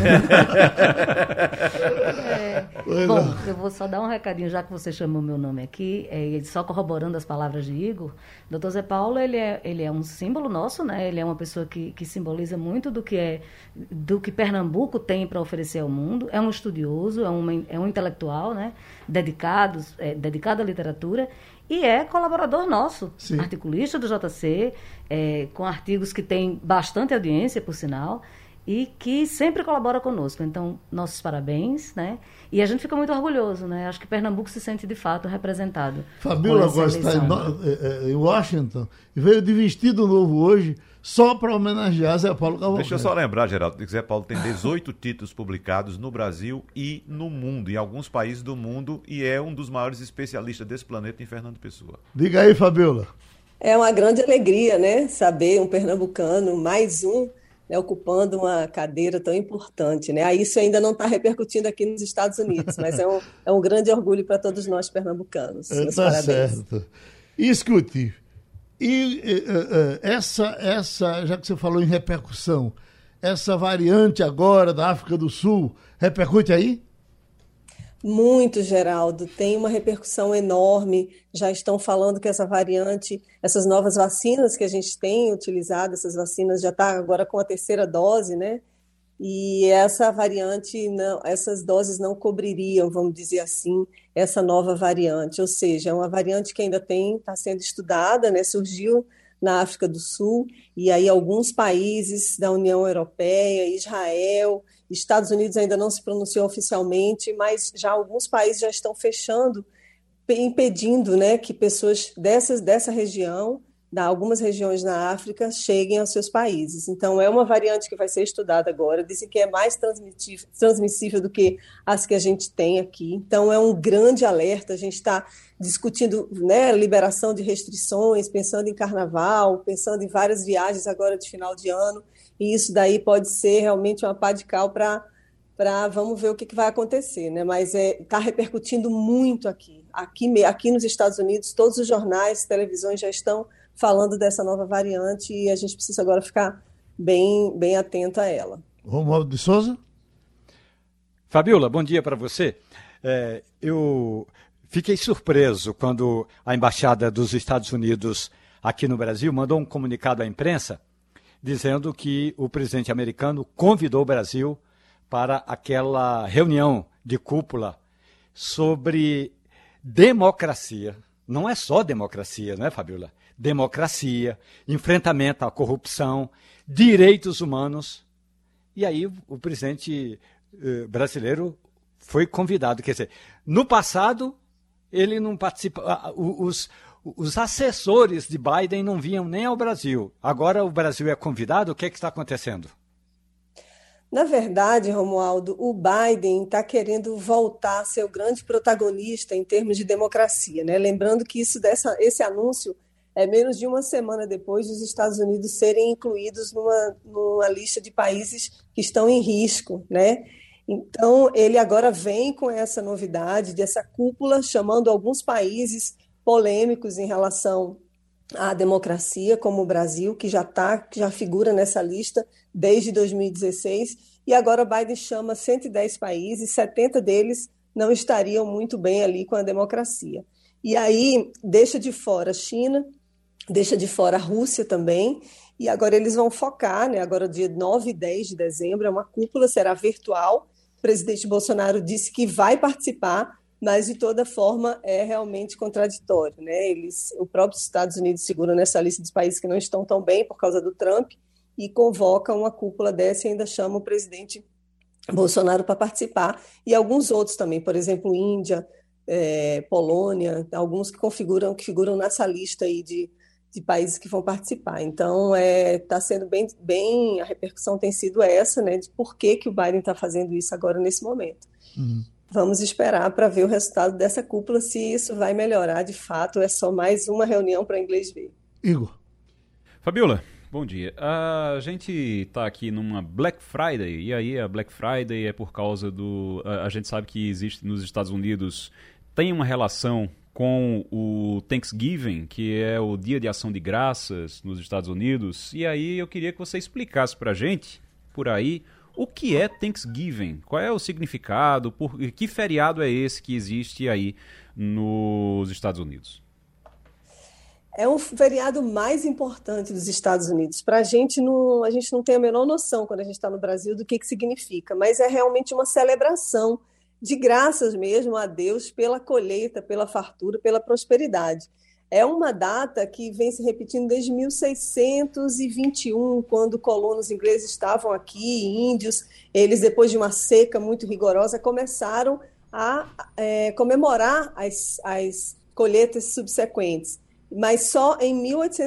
Speaker 12: Bom, eu vou só dar um recadinho, já que você chamou meu nome aqui, só corroborando as palavras de Igor. Dr. Zé Paulo, ele é um símbolo nosso, né? Ele é uma pessoa que simboliza muito do que Pernambuco tem para oferecer ao mundo. É um estudioso, é um intelectual, né? Dedicado à literatura. E é colaborador nosso, sim, articulista do JC, com artigos que têm bastante audiência, por sinal, e que sempre colabora conosco. Então, nossos parabéns, né? E a gente fica muito orgulhoso, né? Acho que Pernambuco se sente, de fato, representado.
Speaker 2: Fabiola agora está em Washington e veio de vestido novo hoje só para homenagear Zé Paulo Cavalcante.
Speaker 8: Deixa eu só lembrar, Geraldo, que Zé Paulo tem 18 títulos publicados no Brasil e no mundo, em alguns países do mundo, e é um dos maiores especialistas desse planeta em Fernando Pessoa.
Speaker 2: Diga aí, Fabiola.
Speaker 13: É uma grande alegria, né? Saber um pernambucano, mais um, né, ocupando uma cadeira tão importante, né? Isso ainda não está repercutindo aqui nos Estados Unidos, mas é um grande orgulho para todos nós pernambucanos.
Speaker 2: Tá certo. E escute, essa, já que você falou em repercussão, essa variante agora da África do Sul, repercute aí?
Speaker 13: Muito, Geraldo. Tem uma repercussão enorme. Já estão falando que essa variante, essas novas vacinas que a gente tem utilizado, essas vacinas já está agora com a terceira dose, né? E essa variante, essas doses não cobririam, vamos dizer assim, essa nova variante. Ou seja, é uma variante que ainda está sendo estudada, né? Surgiu na África do Sul, e aí alguns países da União Europeia, Israel, Estados Unidos ainda não se pronunciou oficialmente, mas já alguns países já estão fechando, impedindo, né, que pessoas dessa região, algumas regiões na África, cheguem aos seus países. Então, é uma variante que vai ser estudada agora. Dizem que é mais transmissível do que as que a gente tem aqui. Então, é um grande alerta. A gente está discutindo, né, liberação de restrições, pensando em carnaval, pensando em várias viagens agora de final de ano. E isso daí pode ser realmente uma pá de cal para vamos ver o que vai acontecer, né? Mas está repercutindo muito aqui. Aqui nos Estados Unidos, todos os jornais, televisões já estão falando dessa nova variante e a gente precisa agora ficar bem atento a ela.
Speaker 2: Romualdo de Souza.
Speaker 3: Fabiola, bom dia para você. Eu fiquei surpreso quando a Embaixada dos Estados Unidos aqui no Brasil mandou um comunicado à imprensa dizendo que o presidente americano convidou o Brasil para aquela reunião de cúpula sobre democracia. Não é só democracia, não é, Fabiola? Democracia, enfrentamento à corrupção, direitos humanos. E aí o presidente brasileiro foi convidado. Quer dizer, no passado ele não participa, os assessores de Biden não vinham nem ao Brasil. Agora o Brasil é convidado, o que é que está acontecendo?
Speaker 13: Na verdade, Romualdo, o Biden está querendo voltar a ser o grande protagonista em termos de democracia, né? Lembrando que esse anúncio é menos de uma semana depois dos Estados Unidos serem incluídos numa lista de países que estão em risco, né? Então, ele agora vem com essa novidade dessa cúpula, chamando alguns países polêmicos em relação à democracia, como o Brasil, que já figura nessa lista desde 2016, e agora Biden chama 110 países, 70 deles não estariam muito bem ali com a democracia. E aí deixa de fora a China, deixa de fora a Rússia também, e agora eles vão focar, né? Agora dia 9 e 10 de dezembro, é uma cúpula, será virtual. O presidente Bolsonaro disse que vai participar, mas de toda forma é realmente contraditório, né? O próprio Estados Unidos segura nessa lista dos países que não estão tão bem por causa do Trump e convoca uma cúpula dessa e ainda chama o presidente Bolsonaro para participar, e alguns outros também, por exemplo, Índia, Polônia, alguns que figuram nessa lista aí de países que vão participar. Então, está sendo bem, a repercussão tem sido essa, né, de por que o Biden está fazendo isso agora nesse momento. Uhum. Vamos esperar para ver o resultado dessa cúpula, se isso vai melhorar de fato, é só mais uma reunião para inglês ver.
Speaker 2: Igor.
Speaker 9: Fabiola, bom dia. A gente está aqui numa Black Friday, e aí a Black Friday é por causa a gente sabe que existe nos Estados Unidos, tem uma relação com o Thanksgiving, que é o Dia de Ação de Graças nos Estados Unidos, e aí eu queria que você explicasse para a gente, por aí, o que é Thanksgiving? Qual é o significado? Que feriado é esse que existe aí nos Estados Unidos?
Speaker 13: É o feriado mais importante dos Estados Unidos. Para a gente não tem a menor noção, quando a gente está no Brasil, do que significa, mas é realmente uma celebração de graças mesmo a Deus pela colheita, pela fartura, pela prosperidade. É uma data que vem se repetindo desde 1621, quando colonos ingleses estavam aqui, índios. Eles, depois de uma seca muito rigorosa, começaram a comemorar as colheitas subsequentes. Mas só em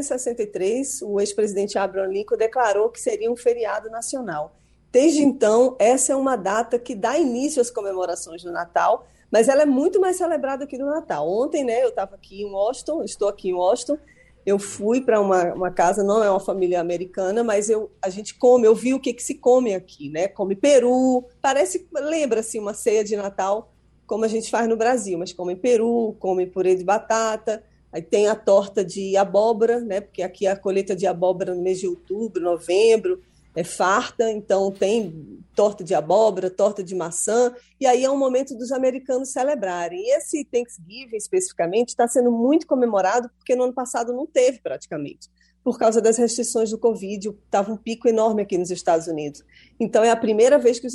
Speaker 13: 1863, o ex-presidente Abraham Lincoln declarou que seria um feriado nacional. Desde então, essa é uma data que dá início às comemorações do Natal, mas ela é muito mais celebrada que do Natal. Ontem, né, eu estava aqui em Washington, estou aqui em Washington, eu fui para uma casa, não é uma família americana, mas a gente come, eu vi o que se come aqui, né? Come peru, lembra-se uma ceia de Natal, como a gente faz no Brasil, mas come peru, come purê de batata, aí tem a torta de abóbora, né? Porque aqui a colheita de abóbora no mês de outubro, novembro, é farta, então tem torta de abóbora, torta de maçã, e aí é um momento dos americanos celebrarem. E esse Thanksgiving, especificamente, está sendo muito comemorado, porque no ano passado não teve praticamente, por causa das restrições do Covid, estava um pico enorme aqui nos Estados Unidos. Então é a primeira vez que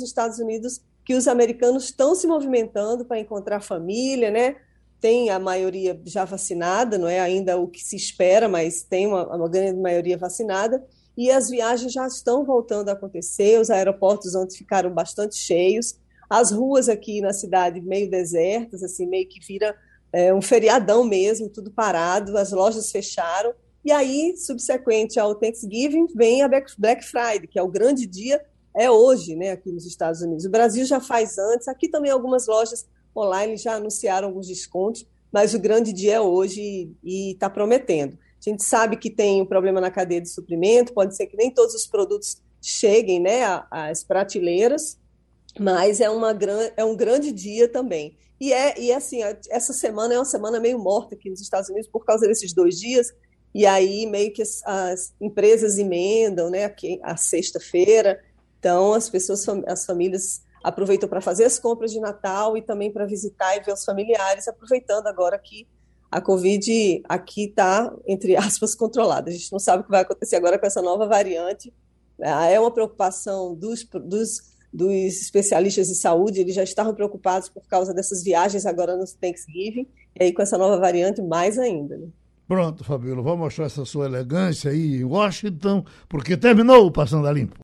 Speaker 13: os americanos estão se movimentando para encontrar família, né? Tem a maioria já vacinada, não é ainda o que se espera, mas tem uma grande maioria vacinada, e as viagens já estão voltando a acontecer, os aeroportos ontem ficaram bastante cheios, as ruas aqui na cidade meio desertas, assim, meio que vira um feriadão mesmo, tudo parado, as lojas fecharam, e aí, subsequente ao Thanksgiving, vem a Black Friday, que é o grande dia, é hoje, né, aqui nos Estados Unidos. O Brasil já faz antes, aqui também algumas lojas online já anunciaram alguns descontos, mas o grande dia é hoje e está prometendo. A gente sabe que tem um problema na cadeia de suprimento, pode ser que nem todos os produtos cheguem, né, às prateleiras, mas é um grande dia também. E assim, essa semana é uma semana meio morta aqui nos Estados Unidos por causa desses 2 dias, e aí meio que as empresas emendam, né, aqui, a sexta-feira, Então, as famílias aproveitam para fazer as compras de Natal e também para visitar e ver os familiares, aproveitando agora que a Covid aqui está, entre aspas, controlada. A gente não sabe o que vai acontecer agora com essa nova variante. É uma preocupação dos especialistas de saúde, eles já estavam preocupados por causa dessas viagens agora no Thanksgiving, e aí com essa nova variante mais ainda, né?
Speaker 2: Pronto, Fabíola, vamos mostrar essa sua elegância aí em Washington, porque terminou o Passando a Limpo.